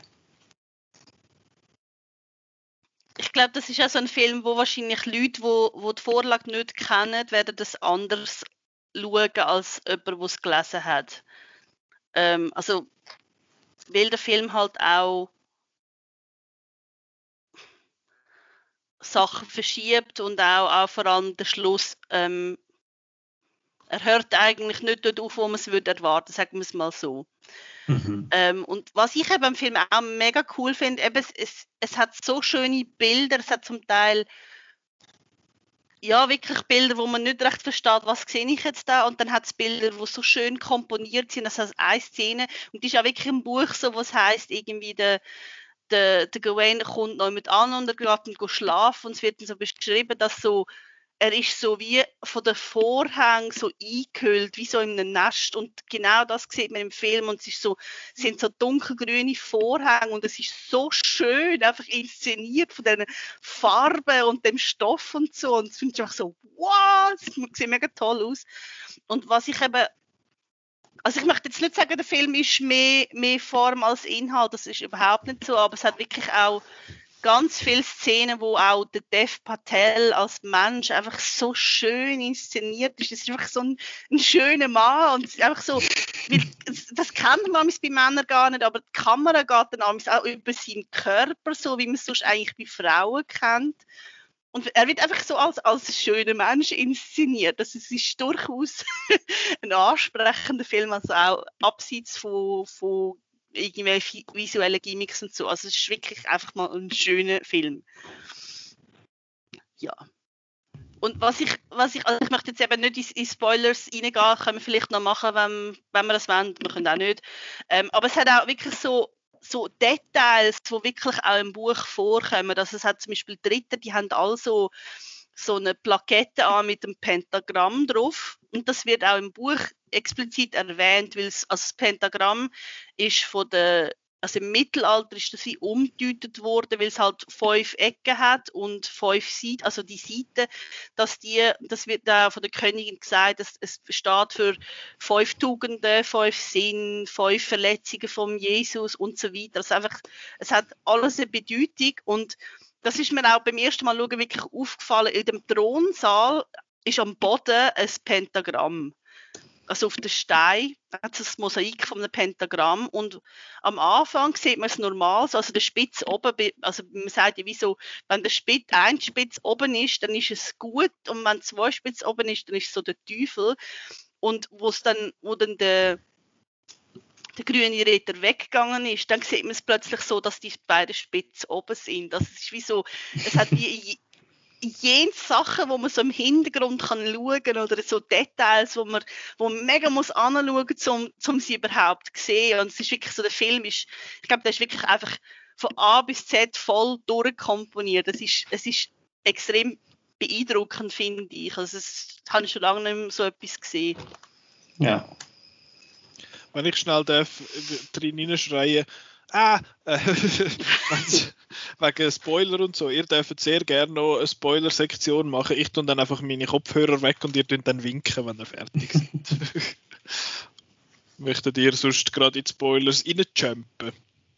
Ich glaube, das ist auch so ein Film, wo wahrscheinlich Leute, wo, wo die Vorlage nicht kennen, werden das anders schauen als jemand, der es gelesen hat. Ähm, also, weil der Film halt auch Sachen verschiebt und auch, auch vor allem der Schluss, ähm, er hört eigentlich nicht dort auf, wo man es würde erwarten, sagen wir es mal so. Mhm. Ähm, und was ich eben am Film auch mega cool finde, eben, es, es, es hat so schöne Bilder, es hat zum Teil ja, wirklich Bilder, wo man nicht recht versteht, was sehe ich jetzt da, und dann hat es Bilder, die so schön komponiert sind, das heißt eine Szene, und die ist auch wirklich im Buch so, was heisst, irgendwie der, der, der Gawain kommt noch mit an und er geht und schlafen, und es wird dann so beschrieben, dass so er ist so wie von den Vorhängen so eingehüllt, wie so in einem Nest, und genau das sieht man im Film, und es ist so, es sind so dunkelgrüne Vorhänge, und es ist so schön einfach inszeniert von diesen Farben und dem Stoff und so, und es finde ich einfach so, wow, es sieht mega toll aus. Und was ich eben, also ich möchte jetzt nicht sagen, der Film ist mehr, mehr Form als Inhalt, das ist überhaupt nicht so, aber es hat wirklich auch ganz viele Szenen, wo auch der Dev Patel als Mensch einfach so schön inszeniert ist. Es ist einfach so ein, ein schöner Mann, und es ist einfach so, weil, das kennt man bei Männern gar nicht, aber die Kamera geht dann auch über seinen Körper, so wie man es sonst eigentlich bei Frauen kennt. Und er wird einfach so als, als schöner Mensch inszeniert. Also es ist durchaus ein ansprechender Film, also auch abseits von, von irgendwelche visuelle Gimmicks und so. Also es ist wirklich einfach mal ein schöner Film. Ja. Und was ich, was ich, also ich möchte jetzt eben nicht in, in Spoilers reingehen, können wir vielleicht noch machen, wenn, wenn wir das wollen, wir können auch nicht. Ähm, aber es hat auch wirklich so, so Details, die wirklich auch im Buch vorkommen. Also es hat zum Beispiel die Ritter, die haben also so eine Plakette an mit einem Pentagramm drauf, und das wird auch im Buch explizit erwähnt, weil es, also das Pentagramm ist von der, also im Mittelalter ist das wie umgedeutet worden, weil es halt fünf Ecken hat und fünf Seiten, also die Seiten, dass die, das wird auch von der Königin gesagt, dass es steht für fünf Tugenden, fünf Sinn, fünf Verletzungen von Jesus und so weiter. Also einfach, es hat alles eine Bedeutung, und das ist mir auch beim ersten Mal schauen wirklich aufgefallen. In dem Thronsaal ist am Boden ein Pentagramm. Also auf den Stein hat es ein Mosaik von einem Pentagramm, und am Anfang sieht man es normal, also der Spitz oben, also man sagt ja wieso, wenn der Spitz, ein Spitz oben ist, dann ist es gut, und wenn zwei Spitz oben ist, dann ist es so der Teufel. Und wo es dann, wo dann der der grüne Ritter weggegangen ist, dann sieht man es plötzlich so, dass die beiden Spitzen oben sind. Das ist wie so, es hat wie jene Sachen, wo man so im Hintergrund kann schauen kann oder so Details, wo man, wo man mega muss anschauen muss, um, um sie überhaupt zu sehen. Und es ist wirklich so, der Film ist, ich glaube, der ist wirklich einfach von A bis Z voll durchkomponiert. Es ist, es ist extrem beeindruckend, finde ich. Also das habe ich schon lange nicht mehr so etwas gesehen. Ja. Wenn ich schnell darf, drin hineinschreien, ah, äh, wegen Spoiler und so, ihr dürft sehr gerne noch eine Spoiler-Sektion machen. Ich tue dann einfach meine Kopfhörer weg und ihr könnt dann winken, wenn ihr fertig seid. Möchtet ihr sonst gerade in die Spoilers reinjumpen?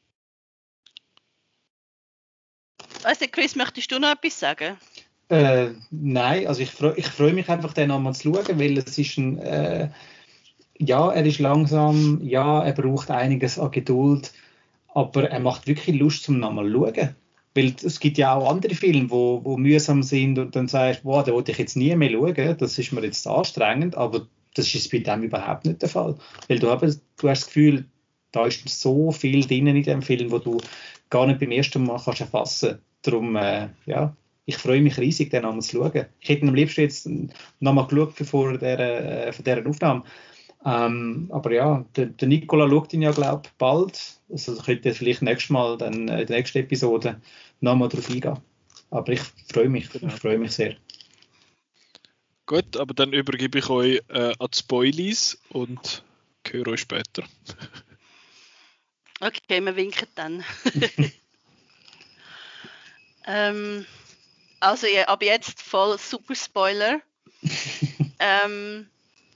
Weißt du, Chris, möchtest du noch etwas sagen? Äh, nein, also ich freue ich freu mich einfach, den nochmal zu schauen, weil es ist ein, äh, ja, er ist langsam, ja, er braucht einiges an Geduld, aber er macht wirklich Lust zum nochmal schauen. Weil es gibt ja auch andere Filme, wo, wo mühsam sind und dann sagst du, wow, da wollte ich jetzt nie mehr schauen, das ist mir jetzt anstrengend, aber das ist bei dem überhaupt nicht der Fall. Weil du, hast, du hast das Gefühl, da ist so viel drin in dem Film, wo du gar nicht beim ersten Mal kannst erfassen. Darum, äh, ja, ich freue mich riesig, den nochmal zu schauen. Ich hätte ihn am liebsten jetzt nochmal geschaut vor dieser, äh, vor dieser Aufnahme. Ähm, aber ja, der, der Nicola schaut ihn ja, glaube ich, bald. Also könnte vielleicht nächstes Mal, dann in der nächsten Episode, nochmal drauf eingehen. Aber ich freue mich, genau. ich freue mich sehr. Gut, aber dann übergebe ich euch äh, an die Spoilies und höre euch später. Okay, wir winken dann. ähm, also ja, ab jetzt voll super Spoiler. ähm,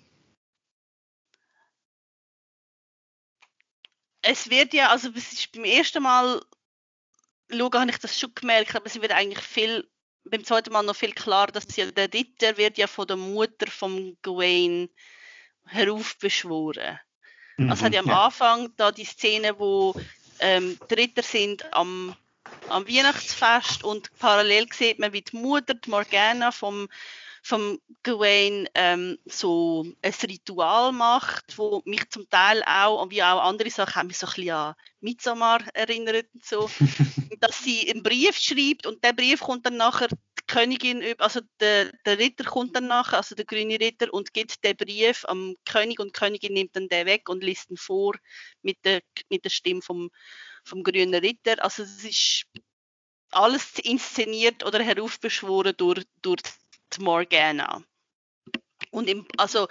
es wird ja, also es ist beim ersten Mal schauen, habe ich das schon gemerkt, aber es wird eigentlich viel, beim zweiten Mal noch viel klarer, dass ja, der Ritter wird ja von der Mutter von Gawain heraufbeschworen. Mhm, also hat ja am ja. Anfang da die Szene, wo ähm, die Ritter sind am, am Weihnachtsfest und parallel sieht man, wie die Mutter, die Morgana vom, vom Gawain ähm, so ein Ritual macht, wo mich zum Teil auch, wie auch andere Sachen, haben mich so ein bisschen an Midsommar erinnert und so. Dass sie einen Brief schreibt und der Brief kommt dann nachher die Königin, also der, der Ritter kommt dann nachher, also der grüne Ritter, und gibt den Brief am König und die Königin nimmt dann den weg und liest ihn vor mit der, mit der Stimme vom, vom grünen Ritter. Also es ist alles inszeniert oder heraufbeschworen durch, durch die Morgana. Und im, also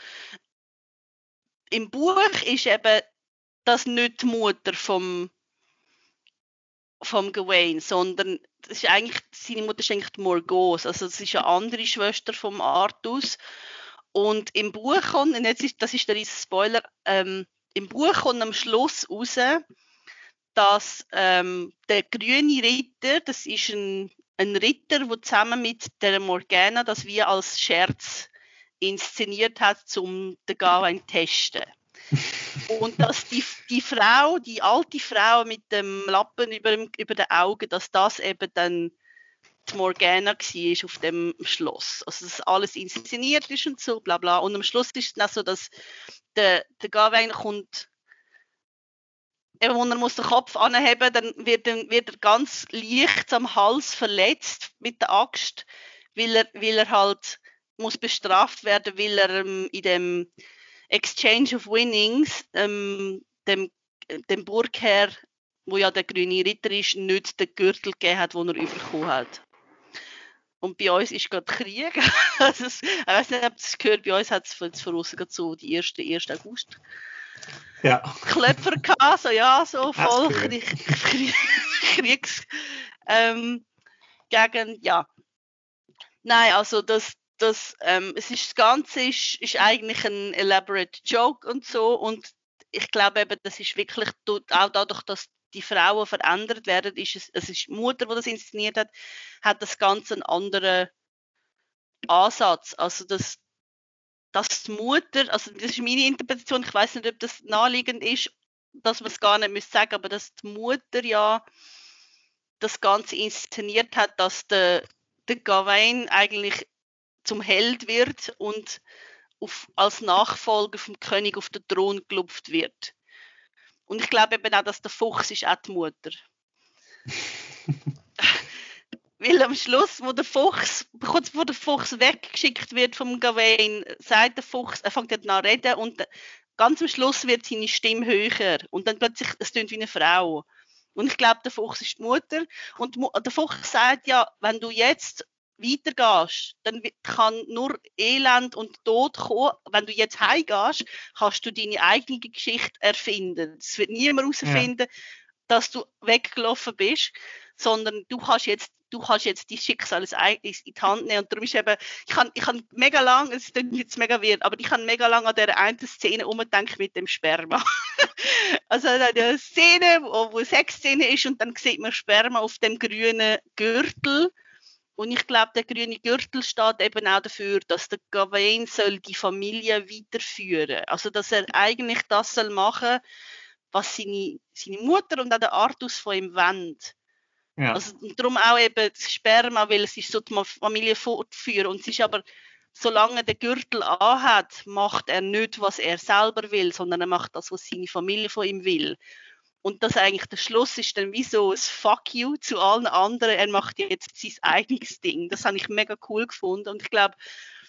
im Buch ist eben das nicht die Mutter vom vom Gawain, sondern das ist eigentlich, seine Mutter ist eigentlich die Morgause, also das ist eine andere Schwester vom Artus. Und im Buch kommt, und jetzt ist, das ist der riesen Spoiler, ähm, im Buch kommt am Schluss raus, dass ähm, der grüne Ritter, das ist ein, ein Ritter, der zusammen mit der Morgana das wie als Scherz inszeniert hat, um den Gawain zu testen. Und dass die, die Frau, die alte Frau mit dem Lappen über, dem, über den Augen, dass das eben dann die Morgana war auf dem Schloss. Also dass alles inszeniert ist und so, bla bla. Und am Schluss ist es dann so, dass der, der Gawain kommt, eben, wo er muss den Kopf anheben, dann wird, dann wird er ganz leicht am Hals verletzt mit der Axt, weil er, weil er halt muss bestraft werden, weil er ähm, in dem Exchange of Winnings, ähm, dem, dem Burgherr, wo ja der grüne Ritter ist, nicht den Gürtel gegeben hat, den er bekommen hat. Und bei uns ist gerade Krieg. Also es, ich weiß nicht, ob das gehört, bei uns hat es voraus so die erste, erste August. Ja. Klöpfer gehabt, so ja, so voll Krieg, Krieg, Kriegs ähm, gegen, ja. Nein, also das Das, ähm, es ist, das Ganze ist, ist eigentlich ein elaborate Joke und so, und ich glaube eben, das ist wirklich, auch dadurch, dass die Frauen verändert werden, ist es, es ist die Mutter, die das inszeniert hat, hat das Ganze einen anderen Ansatz. Also dass, dass die Mutter, also das ist meine Interpretation, ich weiß nicht, ob das naheliegend ist, dass man es gar nicht müsste sagen, aber dass die Mutter ja das Ganze inszeniert hat, dass der, der Gawain eigentlich zum Held wird und auf, als Nachfolger vom König auf den Thron gelupft wird. Und ich glaube eben auch, dass der Fuchs ist auch die Mutter. weil am Schluss, wo der Fuchs, kurz bevor der Fuchs weggeschickt wird vom Gawain, sagt der Fuchs, er fängt dann an zu reden und ganz am Schluss wird seine Stimme höher und dann plötzlich, es klingt wie eine Frau. Und ich glaube, der Fuchs ist die Mutter und der Fuchs sagt ja, wenn du jetzt weitergehst, dann kann nur Elend und Tod kommen. Wenn du jetzt heimgehst, kannst du deine eigene Geschichte erfinden. Es wird niemand herausfinden, ja. dass du weggelaufen bist, sondern du kannst jetzt, du kannst jetzt dein Schicksal in die Hand nehmen. Und darum ist eben, ich habe ich hab mega lang, es klingt jetzt mega weird, aber ich habe mega lang an dieser einen Szene umgedacht mit dem Sperma. Also eine Szene, wo, wo eine Sexszene ist und dann sieht man Sperma auf dem grünen Gürtel. Und ich glaube, der grüne Gürtel steht eben auch dafür, dass der Gawain soll die Familie weiterführen. Also dass er eigentlich das soll machen, was seine, seine Mutter und auch der Artus von ihm wollen. Ja. Also und darum auch eben das Sperma, weil es ist so die Familie fortführen. Und es ist aber, solange der Gürtel anhat, macht er nicht, was er selber will, sondern er macht das, was seine Familie von ihm will. Und das eigentlich der Schluss ist dann wie so ein Fuck you zu allen anderen. Er macht jetzt sein eigenes Ding. Das habe ich mega cool gefunden. Und ich glaube,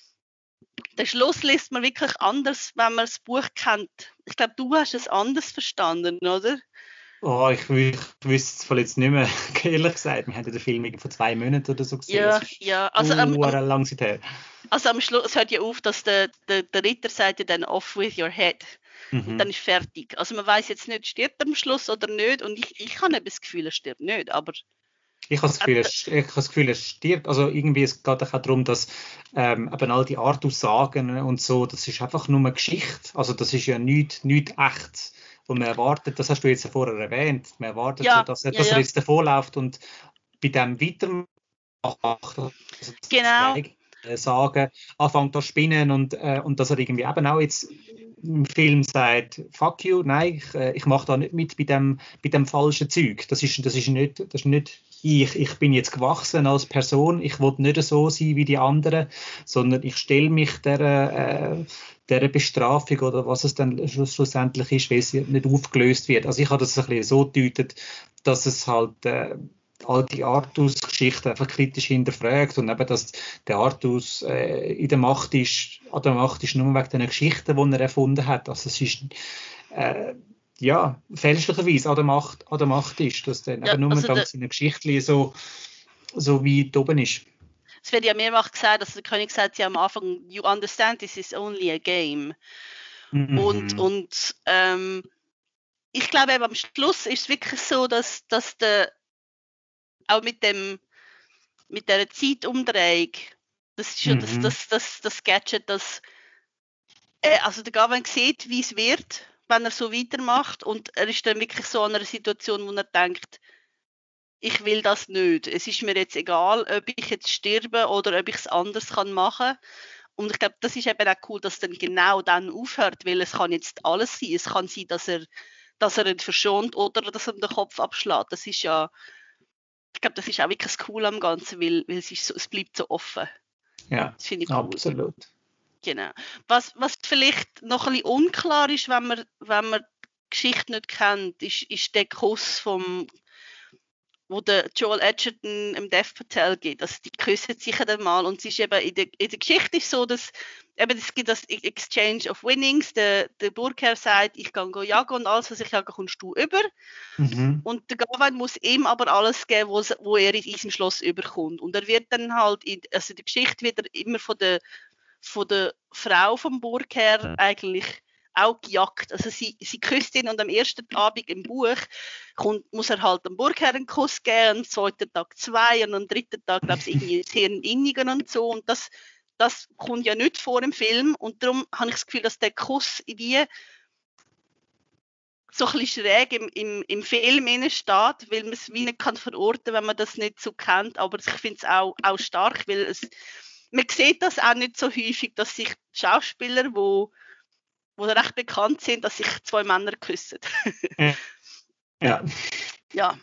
den Schluss liest man wirklich anders, wenn man das Buch kennt. Ich glaube, du hast es anders verstanden, oder? Oh, ich, ich wüsste es voll jetzt nicht mehr, ehrlich gesagt. Wir haben den Film vor zwei Monaten oder so gesehen. Ja, ja. Also, uh, am, am, lang seither. Also am Schluss hört ja auf, dass der, der, der Ritter sagt ja dann off with your head. Mhm. Und dann ist fertig. Also man weiß jetzt nicht, stirbt er am Schluss oder nicht. Und ich, ich habe das Gefühl, er stirbt nicht, aber... Ich habe das Gefühl, er, ich habe das Gefühl, er stirbt. Also irgendwie, es geht auch darum, dass ähm, eben all die Artus-Sagen und so, das ist einfach nur eine Geschichte. Also das ist ja nichts nicht echt. Und man erwartet, das hast du jetzt ja vorher erwähnt, man erwartet, ja, so, dass, er, ja, dass er jetzt davonläuft und bei dem weitermacht. Also genau. Sagen, anfängt zu spinnen und, äh, und dass er irgendwie eben auch jetzt im Film sagt, fuck you, nein, ich, äh, ich mache da nicht mit bei dem, bei dem falschen Zeug. Das ist, das ist nicht, das ist nicht ich, ich bin jetzt gewachsen als Person, ich will nicht so sein wie die anderen, sondern ich stelle mich der, äh, der Bestrafung oder was es dann schlussendlich ist, weil sie nicht aufgelöst wird. Also ich habe das ein bisschen so gedeutet, dass es halt äh, all die Artus-Geschichten einfach kritisch hinterfragt und eben, dass der Artus äh, in der Macht ist, an der Macht ist nur wegen den Geschichten, die er erfunden hat. Also es ist äh, ja, fälschlicherweise an der Macht, an der Macht ist, dass dann ja, eben nur also dank seiner Geschichte so, so weit oben ist. Es wird ja mehrfach gesagt, dass der König sagt ja am Anfang, you understand, this is only a game. Mhm. Und, und ähm, ich glaube eben am Schluss ist es wirklich so, dass, dass der auch mit dem mit der Zeitumdrehung, das ist schon mhm. das, das, das, das Gadget, das äh, also der Gawain sieht, wie es wird, wenn er so weitermacht und er ist dann wirklich so an einer Situation, wo er denkt, ich will das nicht. Es ist mir jetzt egal, ob ich jetzt sterbe oder ob ich es anders kann machen. Und ich glaube, das ist eben auch cool, dass es dann genau dann aufhört, weil es kann jetzt alles sein. Es kann sein, dass er, dass er ihn verschont oder dass er ihm den Kopf abschlägt. Das ist ja Ich glaube, das ist auch wirklich das Coole am Ganzen, weil, weil es, ist so, es bleibt so offen. Ja, das finde ich cool. Absolut. Genau. Was, was vielleicht noch ein bisschen unklar ist, wenn man, wenn man die Geschichte nicht kennt, ist, ist der Kuss vom, wo der Joel Edgerton im Dev Patel gibt. Also die küssen sich dann mal und es ist eben in der, in der Geschichte ist so, dass eben es gibt das Exchange of Winnings. Der, der Burgherr sagt, ich kann go jagen und alles, was ich jage, kommst du über. Mhm. Und der Gawain muss ihm aber alles geben, wo, wo er in diesem Schloss überkommt. Und er wird dann halt, in, also in der Geschichte wird er immer von der, von der Frau vom Burgherr eigentlich auch gejagt. Also sie, sie küsst ihn und am ersten Abend im Buch kommt, muss er halt dem Burgherr einen Kuss geben, am zweiten Tag zwei und am dritten Tag, glaube ich, irgendwie Hirn innigen und so. Und das, das kommt ja nicht vor im Film und darum habe ich das Gefühl, dass der Kuss wie so ein bisschen schräg im, im, im Film steht, weil man es wie nicht kann verorten, wenn man das nicht so kennt. Aber ich finde es auch, auch stark, weil es, man sieht das auch nicht so häufig, dass sich Schauspieler, wo wo recht bekannt sind, dass sich zwei Männer küssen. ja. Ja.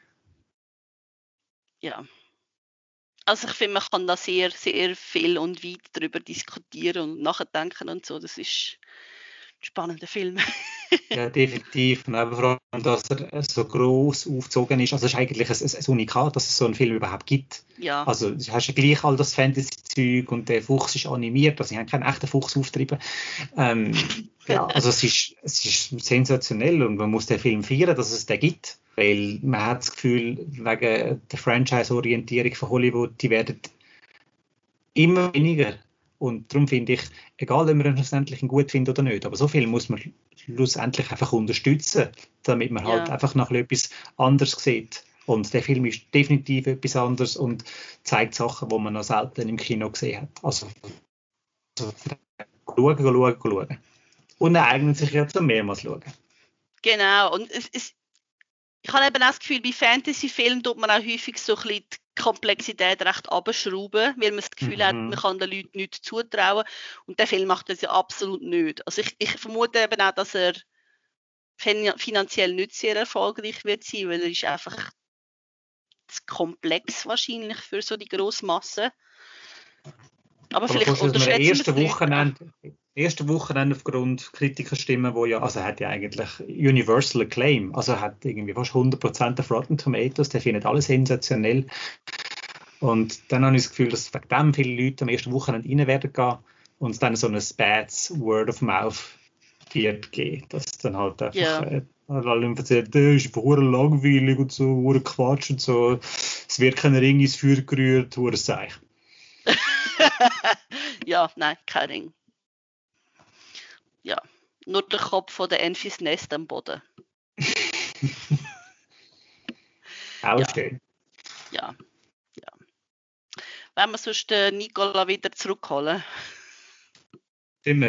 Ja. Also ich finde, man kann da sehr, sehr viel und weit darüber diskutieren und nachdenken und so. Das ist ein spannender Film. Ja, definitiv. Und eben vor allem, dass er so gross aufgezogen ist. Also es ist eigentlich ein, ein Unikat, dass es so einen Film überhaupt gibt. Ja. Also du hast ja gleich all das Fantasy-Zeug und der Fuchs ist animiert. Also ich habe keinen echten Fuchs aufgetrieben. Ähm, ja, also es ist, es ist sensationell und man muss den Film feiern, dass es den gibt. Weil man hat das Gefühl, wegen der Franchise-Orientierung von Hollywood, die werden immer weniger. Und darum finde ich, egal ob man ihn schlussendlich gut findet oder nicht, aber so viel muss man schlussendlich einfach unterstützen, damit man halt Ja. einfach noch etwas anderes sieht. Und der Film ist definitiv etwas anderes und zeigt Sachen, die man noch selten im Kino gesehen hat. Also, also schauen, schauen, schauen. Und er eignet sich ja zum mehrmals schauen. Genau. Und es, es, ich habe eben auch das Gefühl, bei Fantasy-Filmen tut man auch häufig so ein bisschen die Komplexität recht abschrauben, weil man das Gefühl Mhm. hat, man kann den Leuten nichts zutrauen. Und der Film macht das ja absolut nicht. Also ich, ich vermute eben auch, dass er fin- finanziell nicht sehr erfolgreich wird sein, weil er ist einfach zu komplex wahrscheinlich für so die grosse Masse. Aber Aber vielleicht kannst du, dass wir unterschätzen wir erste es Leute. Wochenende, erste Wochenende aufgrund Kritikerstimmen, wo ja, also er hat ja eigentlich Universal Acclaim, also er hat irgendwie fast hundert Prozent auf Rotten Tomatoes, der findet alles sensationell. Und dann habe ich das Gefühl, dass wegen dem viele Leute am ersten Wochenende rein werden gehen und es dann so ein bad Word of Mouth wird geben, dass dann halt einfach Ja. äh, alle erzählen, der ist einfach verdammt langweilig und so, verdammt Quatsch und so, es wird kein Ring ins Feuer gerührt, verdammt Seich. Ja, nein, kein Ring. Ja, nur der Kopf von der Enfys Nest am Boden. Auch Ja. schön. Ja, ja. Wenn wir sonst den Nicola wieder zurückholen. Immer.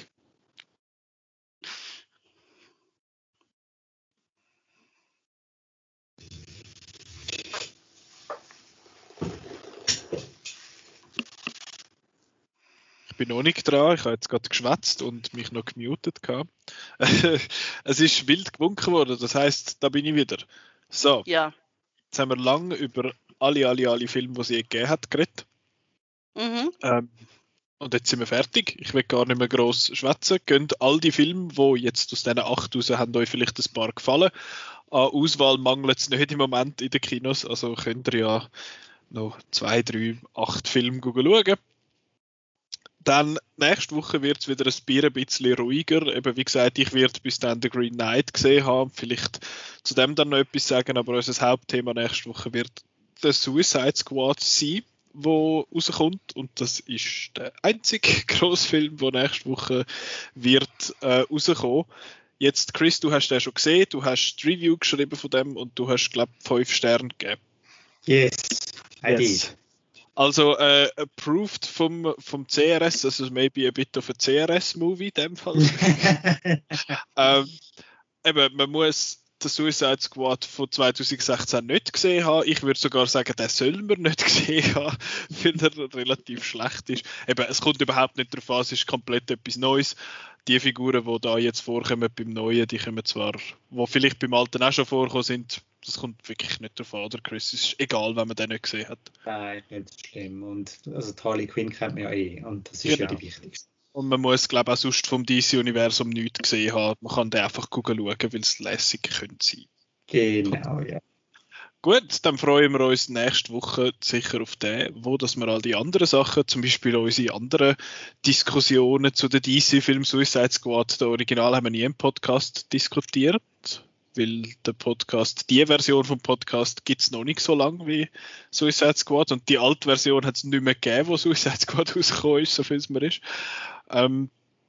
Ich bin noch nicht dran, ich habe jetzt gerade geschwätzt und mich noch gemutet gehabt. Es ist wild gewunken worden, das heisst, da bin ich wieder. So, Ja. jetzt haben wir lange über alle, alle, alle Filme, die es je gegeben hat, geredet. Mhm. Ähm, und jetzt sind wir fertig. Ich will gar nicht mehr gross schwätzen. Gönnt all die Filme, die jetzt aus diesen acht raus haben, euch vielleicht ein paar gefallen. An Auswahl mangelt es nicht im Moment in den Kinos, also könnt ihr ja noch zwei, drei, acht Filme schauen. Dann nächste Woche wird es wieder ein bisschen ruhiger. Eben, wie gesagt, ich werde bis dann The Green Knight gesehen haben. Vielleicht zu dem dann noch etwas sagen, aber unser Hauptthema nächste Woche wird der Suicide Squad sein, wo rauskommt. Und das ist der einzige Grossfilm, der nächste Woche wird äh, rauskommen. Jetzt, Chris, du hast den schon gesehen, du hast die Review geschrieben von dem und du hast, glaube ich, fünf Sterne gegeben. Yes, I Yes. did. Also äh, approved vom, vom C R S, also maybe a bit of a C R S-Movie in dem Fall. ähm, eben, man muss den Suicide Squad von zwanzig sechzehn nicht gesehen haben. Ich würde sogar sagen, den soll man nicht gesehen haben, weil er relativ schlecht ist. Eben, es kommt überhaupt nicht darauf an, es ist komplett etwas Neues. Die Figuren, die da jetzt vorkommen beim Neuen, die kommen zwar, die vielleicht beim Alten auch schon vorkommen sind, das kommt wirklich nicht darauf an, oder Chris? Es ist egal, wenn man den nicht gesehen hat. Nein, nicht schlimm. Und also die Harley Quinn kennt man ja eh. Und das ist Genau. ja die wichtigste. Und man muss, glaube ich, auch sonst vom D C-Universum nichts gesehen haben. Man kann den einfach schauen, weil es lässig könnte sein. Genau, ja. Gut, dann freuen wir uns nächste Woche sicher auf den, wo dass wir all die anderen Sachen, zum Beispiel unsere anderen Diskussionen zu der D C-Film Suicide Squad, der Original haben wir nie im Podcast diskutiert, weil der Podcast, die Version vom Podcast gibt es noch nicht so lange wie Suicide Squad und die alte Version hat es nicht mehr gegeben, wo Suicide Squad rausgekommen ist, so viel es mir ist. Ähm,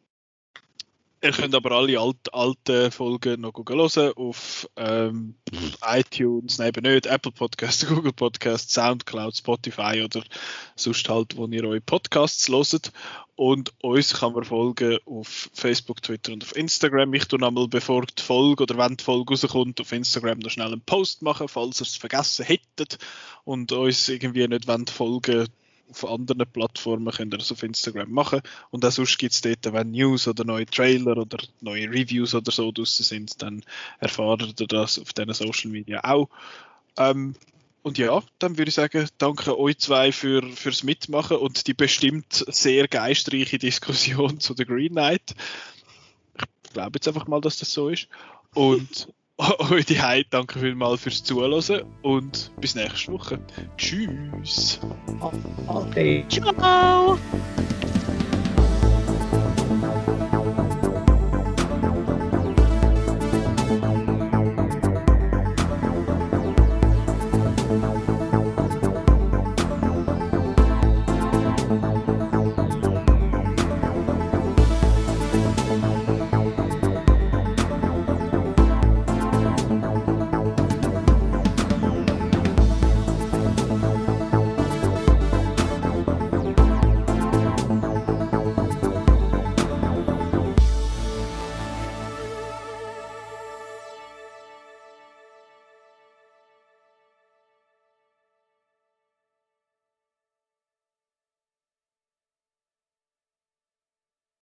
Ihr könnt aber alle alt, alten Folgen noch hören auf ähm, iTunes, nein, eben nicht, Apple Podcasts, Google Podcasts, Soundcloud, Spotify oder sonst halt, wo ihr eure Podcasts hört. Und uns kann man folgen auf Facebook, Twitter und auf Instagram. Ich tue einmal, bevor die Folge oder wenn die Folge rauskommt, auf Instagram noch schnell einen Post machen, falls ihr es vergessen hättet und uns irgendwie nicht wollt folgen auf anderen Plattformen, könnt ihr das auf Instagram machen. Und auch sonst gibt es dort, wenn News oder neue Trailer oder neue Reviews oder so draussen sind, dann erfahrt ihr das auf diesen Social Media auch. Ähm, und ja, dann würde ich sagen, danke euch zwei für, fürs Mitmachen und die bestimmt sehr geistreiche Diskussion zu The Green Knight. Ich glaube jetzt einfach mal, dass das so ist. Und euch die Hause, danke vielmals fürs Zuhören und bis nächste Woche. Tschüss. Okay. Ciao.